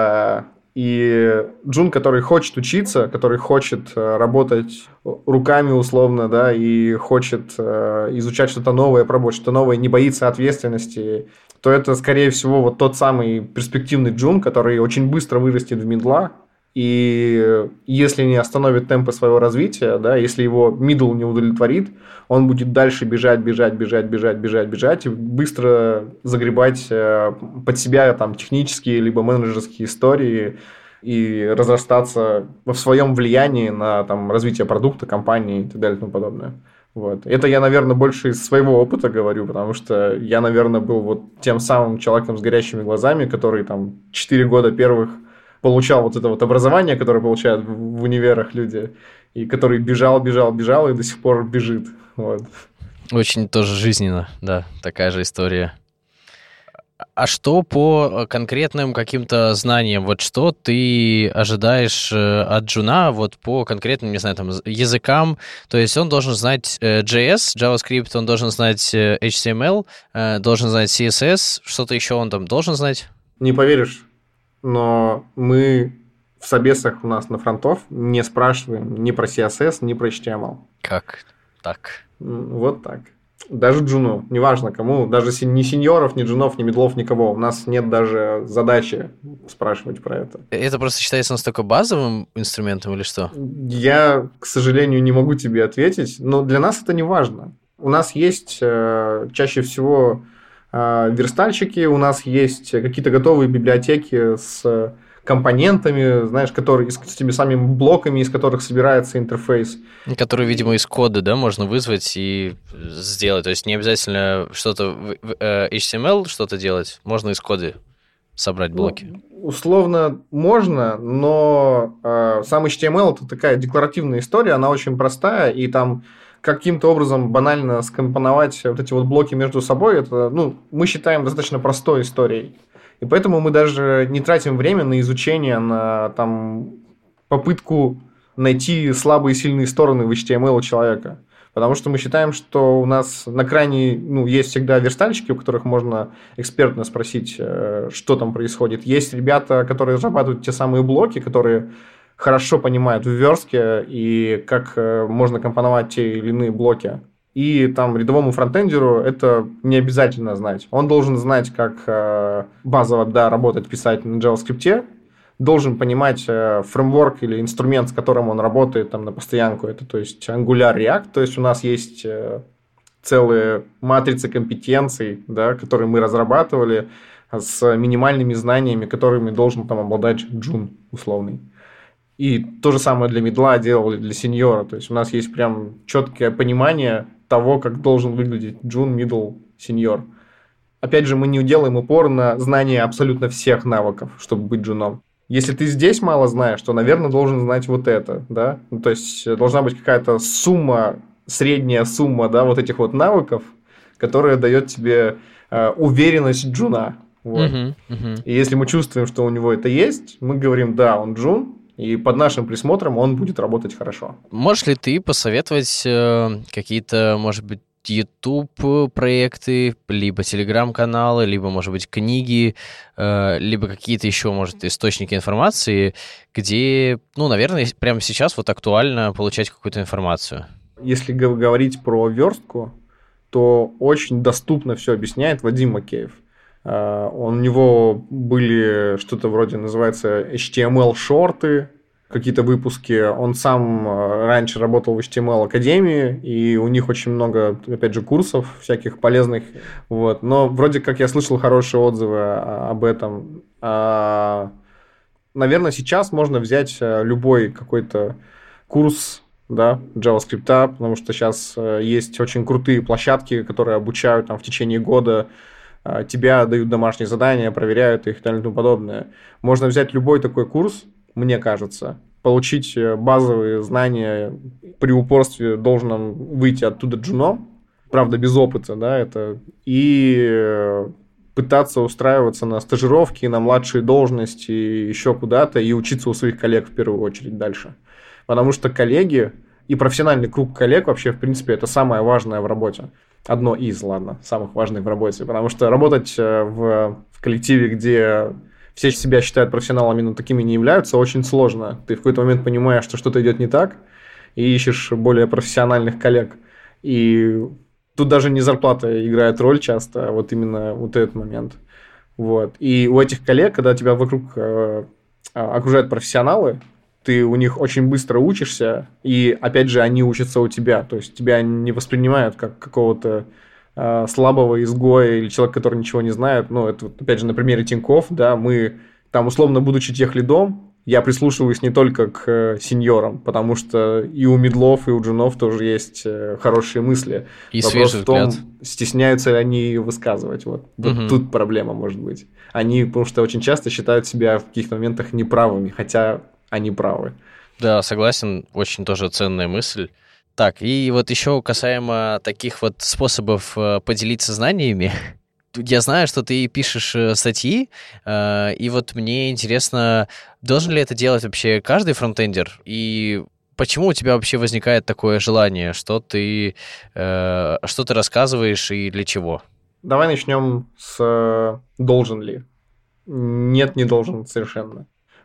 И джун, который хочет учиться, который хочет работать руками условно, да, и хочет изучать что-то новое, пробовать что-то новое, не боится ответственности, то это, скорее всего, вот тот самый перспективный джун, который очень быстро вырастет в мидла, и если не остановит темпы своего развития, да, если его мидл не удовлетворит, он будет дальше бежать и быстро загребать под себя там технические либо менеджерские истории и разрастаться в своем влиянии на там, развитие продукта, компании и так далее и тому подобное. Вот. Это я, наверное, больше из своего опыта говорю, потому что я, наверное, был вот тем самым человеком с горящими глазами, который там 4 года первых получал вот это вот образование, которое получают в универах люди, и который бежал и до сих пор бежит. Вот. Очень тоже жизненно, да, такая же история. А что по конкретным каким-то знаниям? Вот что ты ожидаешь от джуна вот по конкретным, не знаю, там, языкам? То есть он должен знать JS, JavaScript, он должен знать HTML, должен знать CSS, что-то еще он там должен знать? Не поверишь, но мы в собесах у нас на фронтов не спрашиваем ни про CSS, ни про HTML. Как? так. Вот так. Даже джуну, неважно кому, даже ни сеньоров, ни джунов, ни медлов, никого. У нас нет даже задачи спрашивать про это. Это просто считается настолько базовым инструментом или что? Я, к сожалению, не могу тебе ответить, но для нас это не важно. У нас есть чаще всего верстальщики, у нас есть какие-то готовые библиотеки с компонентами, знаешь, которые с теми самыми блоками, из которых собирается интерфейс. Которые, видимо, из кода, да, можно вызвать и сделать. То есть не обязательно что-то в HTML что-то делать, можно из кода собрать блоки. Ну, условно можно, но сам HTML это такая декларативная история, она очень простая, и там каким-то образом банально скомпоновать вот эти вот блоки между собой, это, ну, мы считаем достаточно простой историей. И поэтому мы даже не тратим время на изучение, на там, попытку найти слабые и сильные стороны в HTML у человека. Потому что мы считаем, что у нас на крайне, ну, есть всегда верстальщики, у которых можно экспертно спросить, что там происходит. Есть ребята, которые разрабатывают те самые блоки, которые хорошо понимают в верстке и как можно компоновать те или иные блоки. И там рядовому фронтендеру это не обязательно знать. Он должен знать, как базово, да, работать, писать на JavaScript, должен понимать фреймворк или инструмент, с которым он работает там, на постоянку. Это, то есть, Angular, React. То есть, у нас есть целые матрицы компетенций, да, которые мы разрабатывали с минимальными знаниями, которыми должен там обладать джун условный. И то же самое для мидла делали для сеньора. То есть, у нас есть прям четкое понимание того, как должен выглядеть джун, мидл, сеньор. Опять же, мы не делаем упор на знание абсолютно всех навыков, чтобы быть джуном. Если ты здесь мало знаешь, то, наверное, должен знать вот это, да? Ну, то есть, должна быть какая-то сумма, средняя сумма, да, вот этих вот навыков, которая дает тебе уверенность джуна. Вот. И если мы чувствуем, что у него это есть, мы говорим, да, он джун, и под нашим присмотром он будет работать хорошо. Можешь ли ты посоветовать какие-то, может быть, YouTube-проекты, либо Telegram-каналы, либо, может быть, книги, либо какие-то еще, может, источники информации, где, ну, наверное, прямо сейчас вот актуально получать какую-то информацию? Если говорить про верстку, то очень доступно все объясняет Вадим Макеев. У него были что-то вроде называется HTML-шорты, какие-то выпуски. Он сам раньше работал в HTML Академии, и у них очень много, опять же, курсов всяких полезных. Вот. Но вроде как я слышал хорошие отзывы об этом. Наверное, сейчас можно взять любой какой-то курс, да, JavaScript, потому что сейчас есть очень крутые площадки, которые обучают там, в течение года, тебя дают домашние задания, проверяют их и так далее и тому подобное. Можно взять любой такой курс, мне кажется, получить базовые знания, при упорстве должен выйти оттуда джуном, правда, без опыта, да, это, и пытаться устраиваться на стажировки, на младшие должности, еще куда-то, и учиться у своих коллег в первую очередь дальше. Потому что коллеги и профессиональный круг коллег вообще, в принципе, это самое важное в работе. Одно из, ладно, самых важных в работе. Потому что работать в коллективе, где все себя считают профессионалами, но такими не являются, очень сложно. Ты в какой-то момент понимаешь, что что-то идет не так, и ищешь более профессиональных коллег. И тут даже не зарплата играет роль часто, а вот именно вот этот момент. Вот. И у этих коллег, когда тебя вокруг окружают профессионалы, ты у них очень быстро учишься, и, опять же, они учатся у тебя. То есть, тебя не воспринимают как какого-то слабого изгоя или человека, который ничего не знает. Ну, это, опять же, на примере Тинькофф, да, мы там, условно, будучи техлидом, я прислушиваюсь не только к сеньорам, потому что и у мидлов, и у джунов тоже есть хорошие мысли. И вопрос свежий в том, взгляд. Стесняются ли они высказывать. Вот тут проблема может быть. Они, потому что очень часто считают себя в каких-то моментах неправыми, хотя они правы. Да, согласен, очень тоже ценная мысль. Так, и вот еще касаемо таких вот способов поделиться знаниями. Я знаю, что ты пишешь статьи, и вот мне интересно, должен ли это делать вообще каждый фронтендер? И почему у тебя вообще возникает такое желание? Что ты рассказываешь и для чего? Давай начнем с должен ли. Нет, не должен совершенно.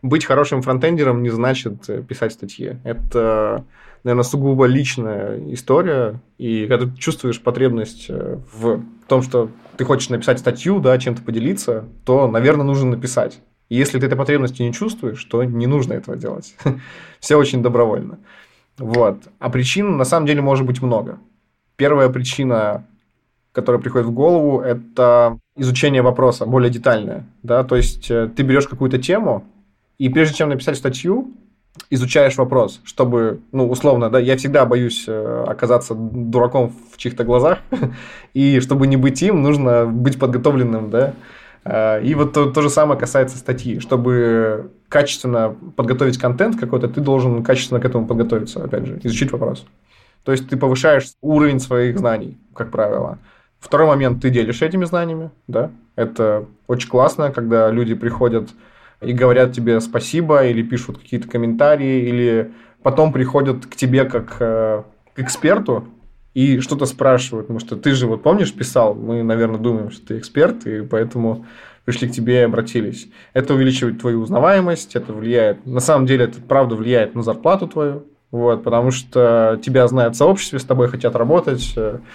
быть хорошим фронтендером не значит писать статьи. Это, наверное, сугубо личная история. И когда ты чувствуешь потребность в том, что ты хочешь написать статью, да, чем-то поделиться, то, наверное, нужно написать. И если ты этой потребности не чувствуешь, то не нужно этого делать. Все очень добровольно. Вот. А причин, на самом деле, может быть много. Первая причина, которая приходит в голову, это изучение вопроса более детальное. Да? То есть, ты берешь какую-то тему, и прежде чем написать статью, изучаешь вопрос, чтобы, условно, да, я всегда боюсь оказаться дураком в чьих-то глазах, и чтобы не быть им, нужно быть подготовленным, да. И вот то же самое касается статьи. Чтобы качественно подготовить контент какой-то, ты должен качественно к этому подготовиться, опять же, изучить вопрос. То есть, ты повышаешь уровень своих знаний, как правило. Второй момент, ты делишься этими знаниями, да. Это очень классно, когда люди приходят и говорят тебе спасибо, или пишут какие-то комментарии, или потом приходят к тебе как к эксперту и что-то спрашивают. Потому что ты же, вот помнишь, писал, мы, наверное, думаем, что ты эксперт, и поэтому пришли к тебе и обратились. Это увеличивает твою узнаваемость, это влияет, на самом деле, это правда влияет на зарплату твою. Вот, потому что тебя знают в сообществе, с тобой хотят работать,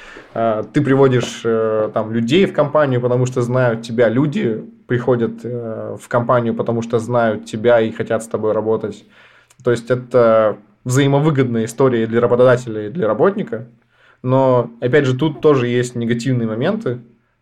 ты приводишь там людей в компанию, потому что знают тебя, люди приходят в компанию, потому что знают тебя и хотят с тобой работать. То есть, это взаимовыгодная история для работодателя и для работника, но, опять же, тут тоже есть негативные моменты,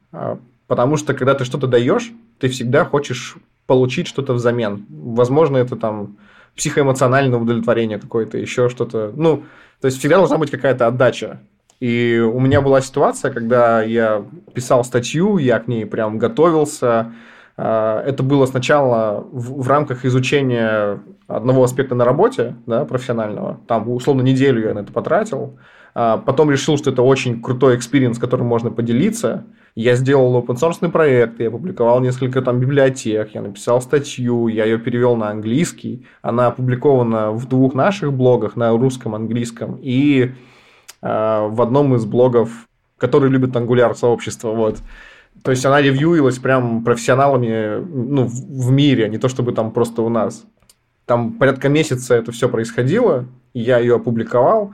потому что, когда ты что-то даешь, ты всегда хочешь получить что-то взамен. Возможно, это там психоэмоциональное удовлетворение какое-то, еще что-то. То есть, всегда должна быть какая-то отдача. И у меня была ситуация, когда я писал статью, я к ней прям готовился. Это было сначала в рамках изучения одного аспекта на работе, да, профессионального. Там, условно, неделю я на это потратил. Потом решил, что это очень крутой экспириенс, которым можно поделиться. Я сделал open-source проект, я опубликовал несколько там библиотек, я написал статью, я ее перевел на английский. Она опубликована в 2 наших блогах, на русском, английском, и в одном из блогов, который любит Angular сообщество. Вот. То есть, она ревьюилась прям профессионалами в мире, а не то, чтобы там просто у нас. Там порядка месяца это все происходило, я ее опубликовал,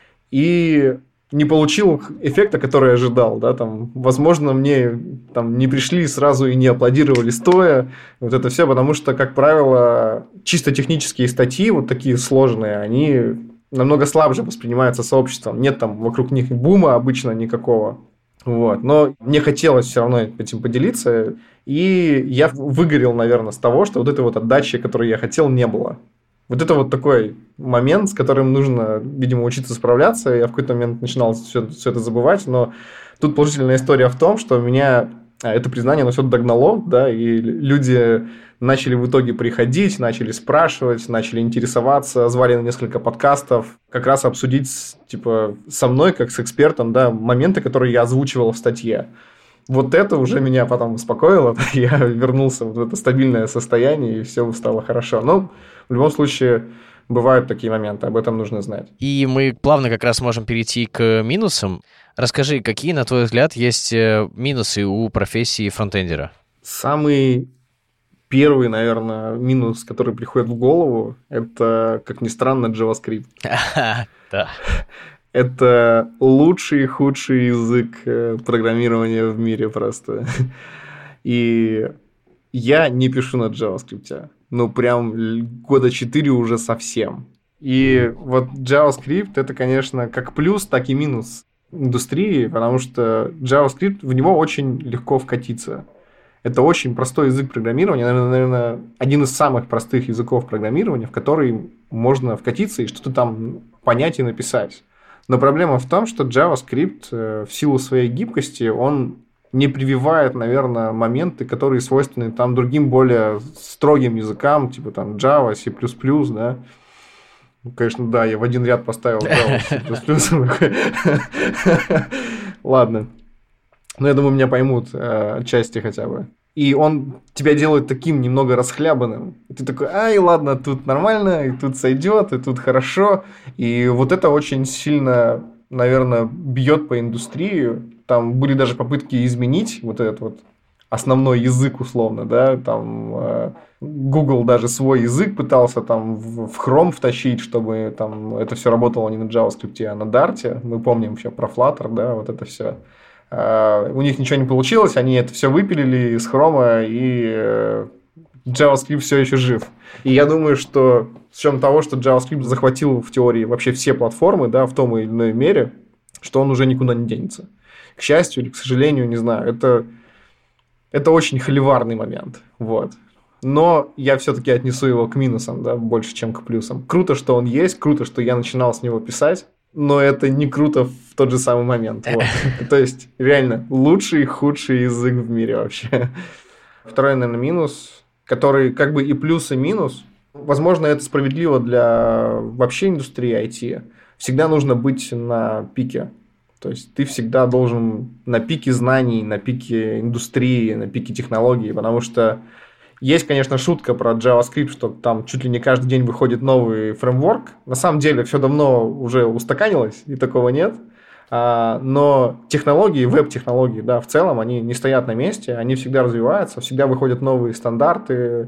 и не получил эффекта, который я ожидал. Да? Там, возможно, мне там, не пришли сразу и не аплодировали стоя. Вот это все, потому что, как правило, чисто технические статьи, вот такие сложные, они намного слабже воспринимаются сообществом. Нет там вокруг них бума обычно никакого. Вот. Но мне хотелось все равно этим поделиться. И я выгорел, наверное, с того, что вот этой вот отдачи, которую я хотел, не было. Вот это вот такой момент, с которым нужно, видимо, учиться справляться. Я в какой-то момент начинал все это забывать, но тут положительная история в том, что меня это признание, оно все догнало, да, и люди начали в итоге приходить, начали спрашивать, начали интересоваться, звали на несколько подкастов, как раз обсудить, типа, со мной, как с экспертом, да, моменты, которые я озвучивал в статье. Вот это уже меня потом успокоило, я вернулся в это стабильное состояние, и все стало хорошо. Но в любом случае бывают такие моменты, об этом нужно знать. И мы плавно как раз можем перейти к минусам. Расскажи, какие, на твой взгляд, есть минусы у профессии фронтендера? Самый первый, наверное, минус, который приходит в голову, это, как ни странно, JavaScript. Да. Это лучший и худший язык программирования в мире просто. И я не пишу на JavaScript. Прям года 4 уже совсем. И вот JavaScript, это, конечно, как плюс, так и минус индустрии, потому что JavaScript, в него очень легко вкатиться. Это очень простой язык программирования, наверное, один из самых простых языков программирования, в который можно вкатиться и что-то там понять и написать. Но проблема в том, что JavaScript в силу своей гибкости, он не прививает, наверное, моменты, которые свойственны там другим более строгим языкам, типа там Java, C++, да. Конечно, да, я в один ряд поставил Java, C++. Ладно. Но я думаю, меня поймут отчасти хотя бы. И он тебя делает таким немного расхлябанным. И ты такой, ай, ладно, тут нормально, и тут сойдет, и тут хорошо. И вот это очень сильно, наверное, бьет по индустрии. Там были даже попытки изменить вот этот вот основной язык условно, да, там Google даже свой язык пытался там в Chrome втащить, чтобы там это все работало не на JavaScript, а на Dart. Мы помним вообще про Flutter, да, вот это все. У них ничего не получилось, они это все выпилили из Chrome, и JavaScript все еще жив. И я думаю, что с учетом того, что JavaScript захватил в теории вообще все платформы, да, в том или иной мере, что он уже никуда не денется. К счастью или к сожалению, не знаю, это очень холиварный момент. Вот. Но я все-таки отнесу его к минусам, да, больше, чем к плюсам. Круто, что он есть, круто, что я начинал с него писать, но это не круто в тот же самый момент. Вот. То есть, реально, лучший и худший язык в мире вообще. Второй, наверное, минус, который как бы и плюс, и минус. Возможно, это справедливо для вообще индустрии IT. Всегда нужно быть на пике. То есть, ты всегда должен на пике знаний, на пике индустрии, на пике технологий, потому что есть, конечно, шутка про JavaScript, что там чуть ли не каждый день выходит новый фреймворк. На самом деле все давно уже устаканилось, и такого нет. Но технологии, веб-технологии, да, в целом, они не стоят на месте, они всегда развиваются, всегда выходят новые стандарты.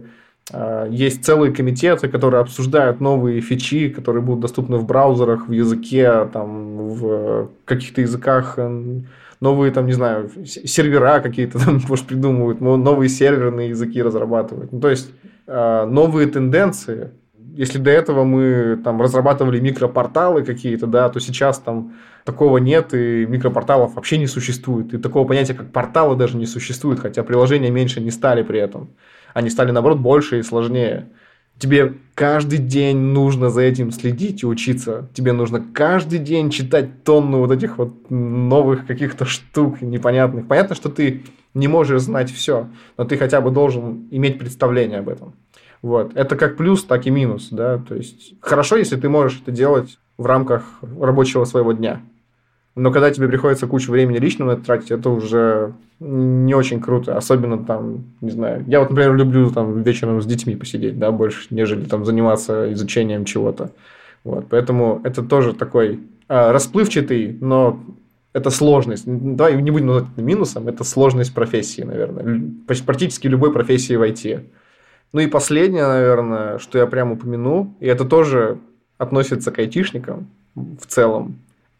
Есть целые комитеты, которые обсуждают новые фичи, которые будут доступны в браузерах, в языке, там, в каких-то языках. Новые, там, не знаю, сервера какие-то там, может, придумывают, новые серверные языки разрабатывают. Ну, то есть, новые тенденции. Если до этого мы там разрабатывали микропорталы какие-то, да, то сейчас там такого нет, и микропорталов вообще не существует. И такого понятия, как порталы, даже не существует, хотя приложения меньше не стали при этом. Они стали, наоборот, больше и сложнее. Тебе каждый день нужно за этим следить и учиться. Тебе нужно каждый день читать тонну вот этих вот новых каких-то штук непонятных. Понятно, что ты не можешь знать все, но ты хотя бы должен иметь представление об этом. Вот. Это как плюс, так и минус. Да? То есть, хорошо, если ты можешь это делать в рамках рабочего своего дня. Но когда тебе приходится кучу времени лично на это тратить, это уже не очень круто. Особенно там, не знаю, я вот, например, люблю там вечером с детьми посидеть, да, больше, нежели там заниматься изучением чего-то. Вот. Поэтому это тоже такой расплывчатый, но это сложность. Давай не будем называть это минусом, это сложность профессии, наверное. Практически любой профессии в IT. Ну и последнее, наверное, что я прямо упомяну, и это тоже относится к айтишникам в целом,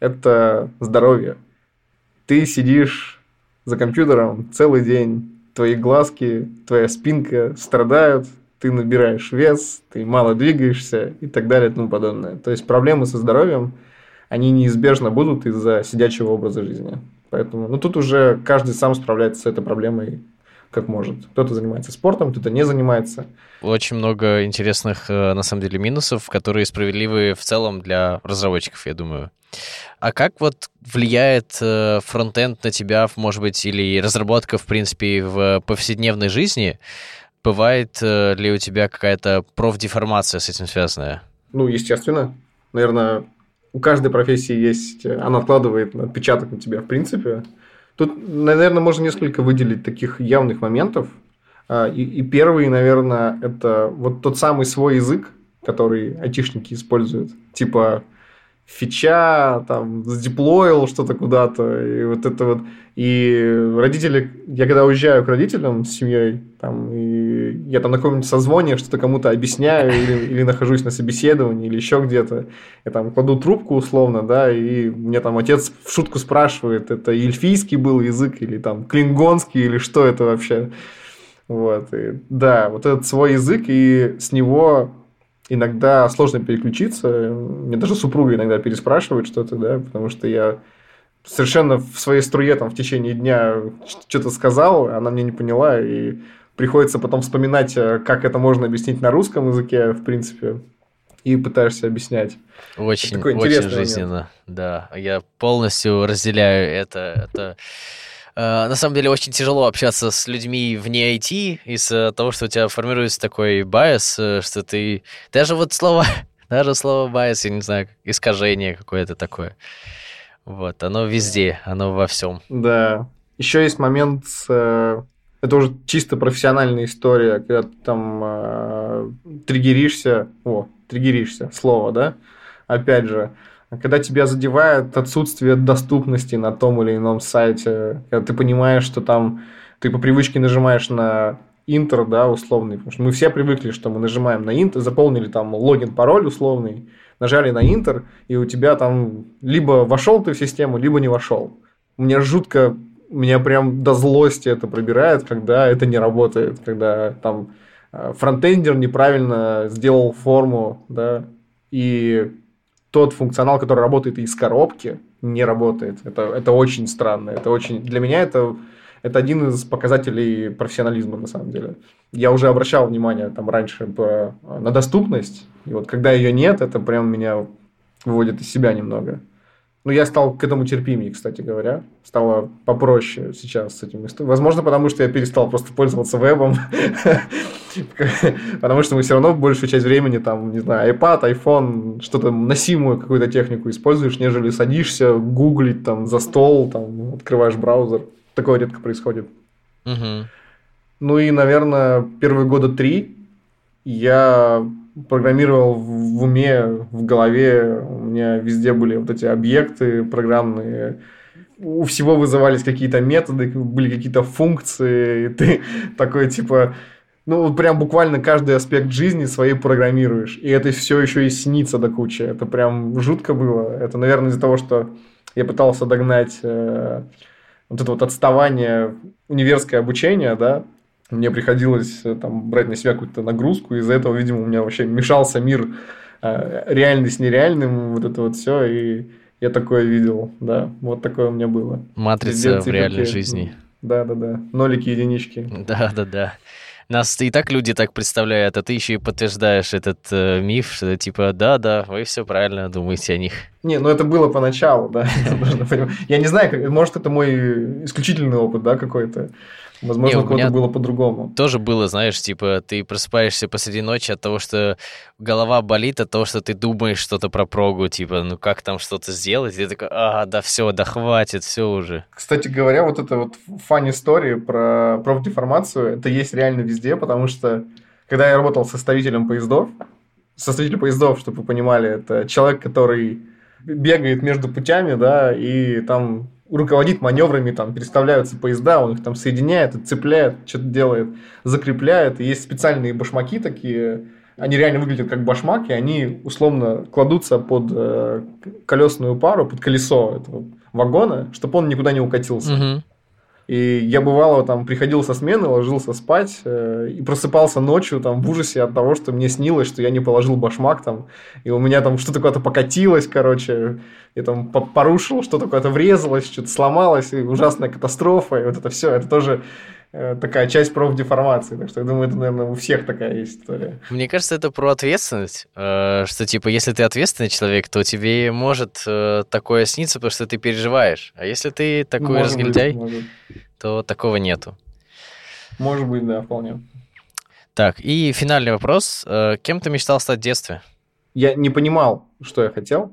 это здоровье. Ты сидишь за компьютером целый день, твои глазки, твоя спинка страдают, ты набираешь вес, ты мало двигаешься и так далее и тому подобное. То есть проблемы со здоровьем, они неизбежно будут из-за сидячего образа жизни. Поэтому тут уже каждый сам справляется с этой проблемой как может. Кто-то занимается спортом, кто-то не занимается. Очень много интересных, на самом деле, минусов, которые справедливы в целом для разработчиков, я думаю. А как вот влияет фронтенд на тебя, может быть, или разработка, в принципе, в повседневной жизни? Бывает ли у тебя какая-то профдеформация с этим связанная? Естественно. Наверное, у каждой профессии есть... Она откладывает отпечаток на тебя, в принципе. Тут, наверное, можно несколько выделить таких явных моментов. И первый, наверное, это вот тот самый свой язык, который айтишники используют. Типа фича, там, задеплоил что-то куда-то, и вот это вот. И родители, я когда уезжаю к родителям с семьей, там, и я там на каком-нибудь созвоне что-то кому-то объясняю, или нахожусь на собеседовании, или еще где-то, я там кладу трубку условно, да, и мне там отец в шутку спрашивает, это эльфийский был язык, или там клингонский, или что это вообще. Вот, и, да, вот этот свой язык, и с него иногда сложно переключиться. Мне даже супруга иногда переспрашивает что-то, да, потому что я совершенно в своей струе там в течение дня что-то сказал, она мне не поняла, и приходится потом вспоминать, как это можно объяснить на русском языке, в принципе, и пытаешься объяснять. Очень, очень жизненно, момент. Да. Я полностью разделяю это. На самом деле очень тяжело общаться с людьми вне IT из-за того, что у тебя формируется такой байс, что ты... Даже слово байс, я не знаю, искажение какое-то такое. Вот, оно везде, оно во всем. Да. Еще есть момент, это уже чисто профессиональная история, когда ты там триггеришься, слово, да? Опять же, когда тебя задевает отсутствие доступности на том или ином сайте, когда ты понимаешь, что там ты по привычке нажимаешь на Enter, да, условный, потому что мы все привыкли, что мы нажимаем на Enter, заполнили там логин, пароль условный, нажали на Enter, и у тебя там либо вошел ты в систему, либо не вошел. Меня прям до злости это пробирает, когда это не работает, когда там фронтендер неправильно сделал форму, да, и тот функционал, который работает из коробки, не работает. Это очень странно. Для меня это один из показателей профессионализма, на самом деле. Я уже обращал внимание там раньше на доступность, и вот когда ее нет, это прям меня выводит из себя немного. Ну, я стал к этому терпимее, кстати говоря. Стало попроще сейчас с этим историей. Возможно, потому что я перестал просто пользоваться вебом. Потому что мы все равно большую часть времени, там, не знаю, iPad, iPhone, что-то носимую какую-то технику используешь, нежели садишься гуглить там за стол, там, открываешь браузер. Такое редко происходит. Ну и, наверное, первые года 3 я программировал в уме, в голове, у меня везде были вот эти объекты программные, у всего вызывались какие-то методы, были какие-то функции, и ты такой типа, ну прям буквально каждый аспект жизни своей программируешь, и это все еще и снится до кучи, это прям жутко было, это, наверное, из-за того, что я пытался догнать вот это вот отставание, универское обучение, да, мне приходилось там брать на себя какую-то нагрузку, из-за этого, видимо, у меня вообще мешался мир реальный с нереальным, вот это вот все, и я такое видел, да, вот такое у меня было. Матрица в реальной жизни. Да-да-да, нолики, единички. Да-да-да. Нас и так люди так представляют, а ты еще и подтверждаешь этот миф, что типа, да-да, вы все правильно думаете о них. Не, ну это было поначалу, да. Я не знаю, может, это мой исключительный опыт, да, какой-то. Возможно, у кого-то было по-другому. Тоже было, знаешь, типа, ты просыпаешься посреди ночи от того, что голова болит, от того, что ты думаешь что-то про прогу, типа, ну как там что-то сделать, и ты такой, да все, да хватит, все уже. Кстати говоря, вот эта вот фан-история про профдеформацию, это есть реально везде, потому что, когда я работал составителем поездов, чтобы вы понимали, это человек, который бегает между путями, да, и там руководит маневрами, там переставляются поезда, он их там соединяет, цепляет, что-то делает, закрепляет. И есть специальные башмаки такие, они реально выглядят как башмак, и они условно кладутся под колесную пару, под колесо этого вагона, чтобы он никуда не укатился. Угу. И я бывало там приходил со смены, ложился спать и просыпался ночью там в ужасе от того, что мне снилось, что я не положил башмак там, и у меня там что-то куда-то покатилось, короче, я там порушил, что-то куда-то врезалось, что-то сломалось, и ужасная катастрофа, и вот это все, это тоже такая часть профдеформации, так что я думаю, это, наверное, у всех такая есть история. Мне кажется, это про ответственность, что, типа, если ты ответственный человек, то тебе может такое сниться, потому что ты переживаешь, а если ты такой разгильдяй, то такого нету. Может быть, да, вполне. Так, и финальный вопрос. Кем ты мечтал стать в детстве? Я не понимал, что я хотел,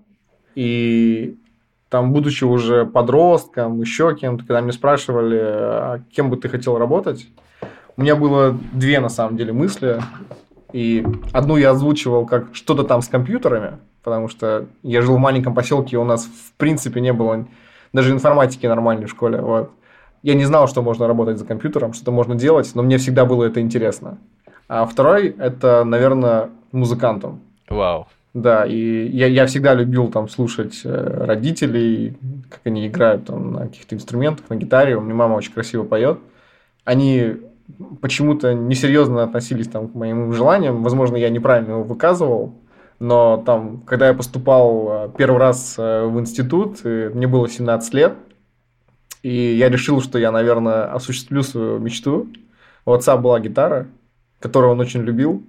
и там, будучи уже подростком, еще кем-то, когда меня спрашивали, а кем бы ты хотел работать, у меня было две, на самом деле, мысли. И одну я озвучивал как что-то там с компьютерами, потому что я жил в маленьком поселке, и у нас, в принципе, не было даже информатики нормальной в школе. Вот. Я не знал, что можно работать за компьютером, что-то можно делать, но мне всегда было это интересно. А второй – это, наверное, музыкантом. Вау. Да, и я всегда любил там слушать родителей, как они играют там, на каких-то инструментах, на гитаре. У меня мама очень красиво поет. Они почему-то несерьезно относились там, к моим желаниям. Возможно, я неправильно его выказывал. Но там, когда я поступал первый раз в институт, мне было 17 лет, и я решил, что я, наверное, осуществлю свою мечту. У отца была гитара, которую он очень любил.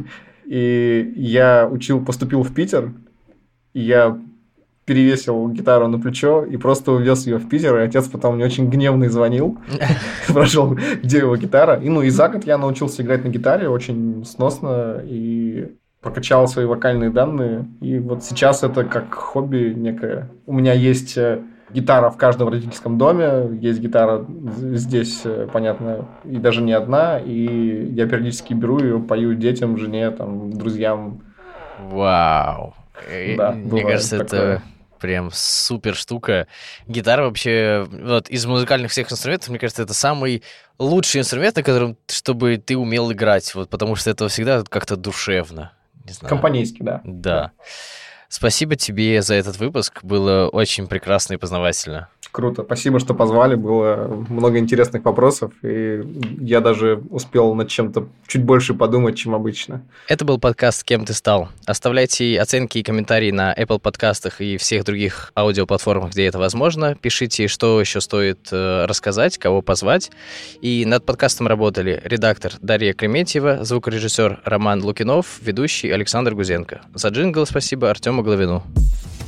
И я поступил в Питер, и я перевесил гитару на плечо и просто увез ее в Питер, и отец потом мне очень гневный звонил, спрашивал, где его гитара. И за год я научился играть на гитаре очень сносно и прокачал свои вокальные данные. И вот сейчас это как хобби некое. У меня есть гитара в каждом родительском доме, есть гитара здесь, понятно, и даже не одна, и я периодически беру ее, пою детям, жене, там, друзьям. Вау. Да, мне кажется, такое. Прям супер штука. Гитара вообще, вот из музыкальных всех инструментов, мне кажется, это самый лучший инструмент, на котором, чтобы ты умел играть, вот, потому что это всегда как-то душевно. Не знаю. Компанейский, да. Да. Спасибо тебе за этот выпуск, было очень прекрасно и познавательно. Круто. Спасибо, что позвали. Было много интересных вопросов, и я даже успел над чем-то чуть больше подумать, чем обычно. Это был подкаст «Кем ты стал?». Оставляйте оценки и комментарии на Apple подкастах и всех других аудиоплатформах, где это возможно. Пишите, что еще стоит рассказать, кого позвать. И над подкастом работали редактор Дарья Клементьева, звукорежиссер Роман Лукинов, ведущий Александр Гузенко. За джингл спасибо Артему Головину.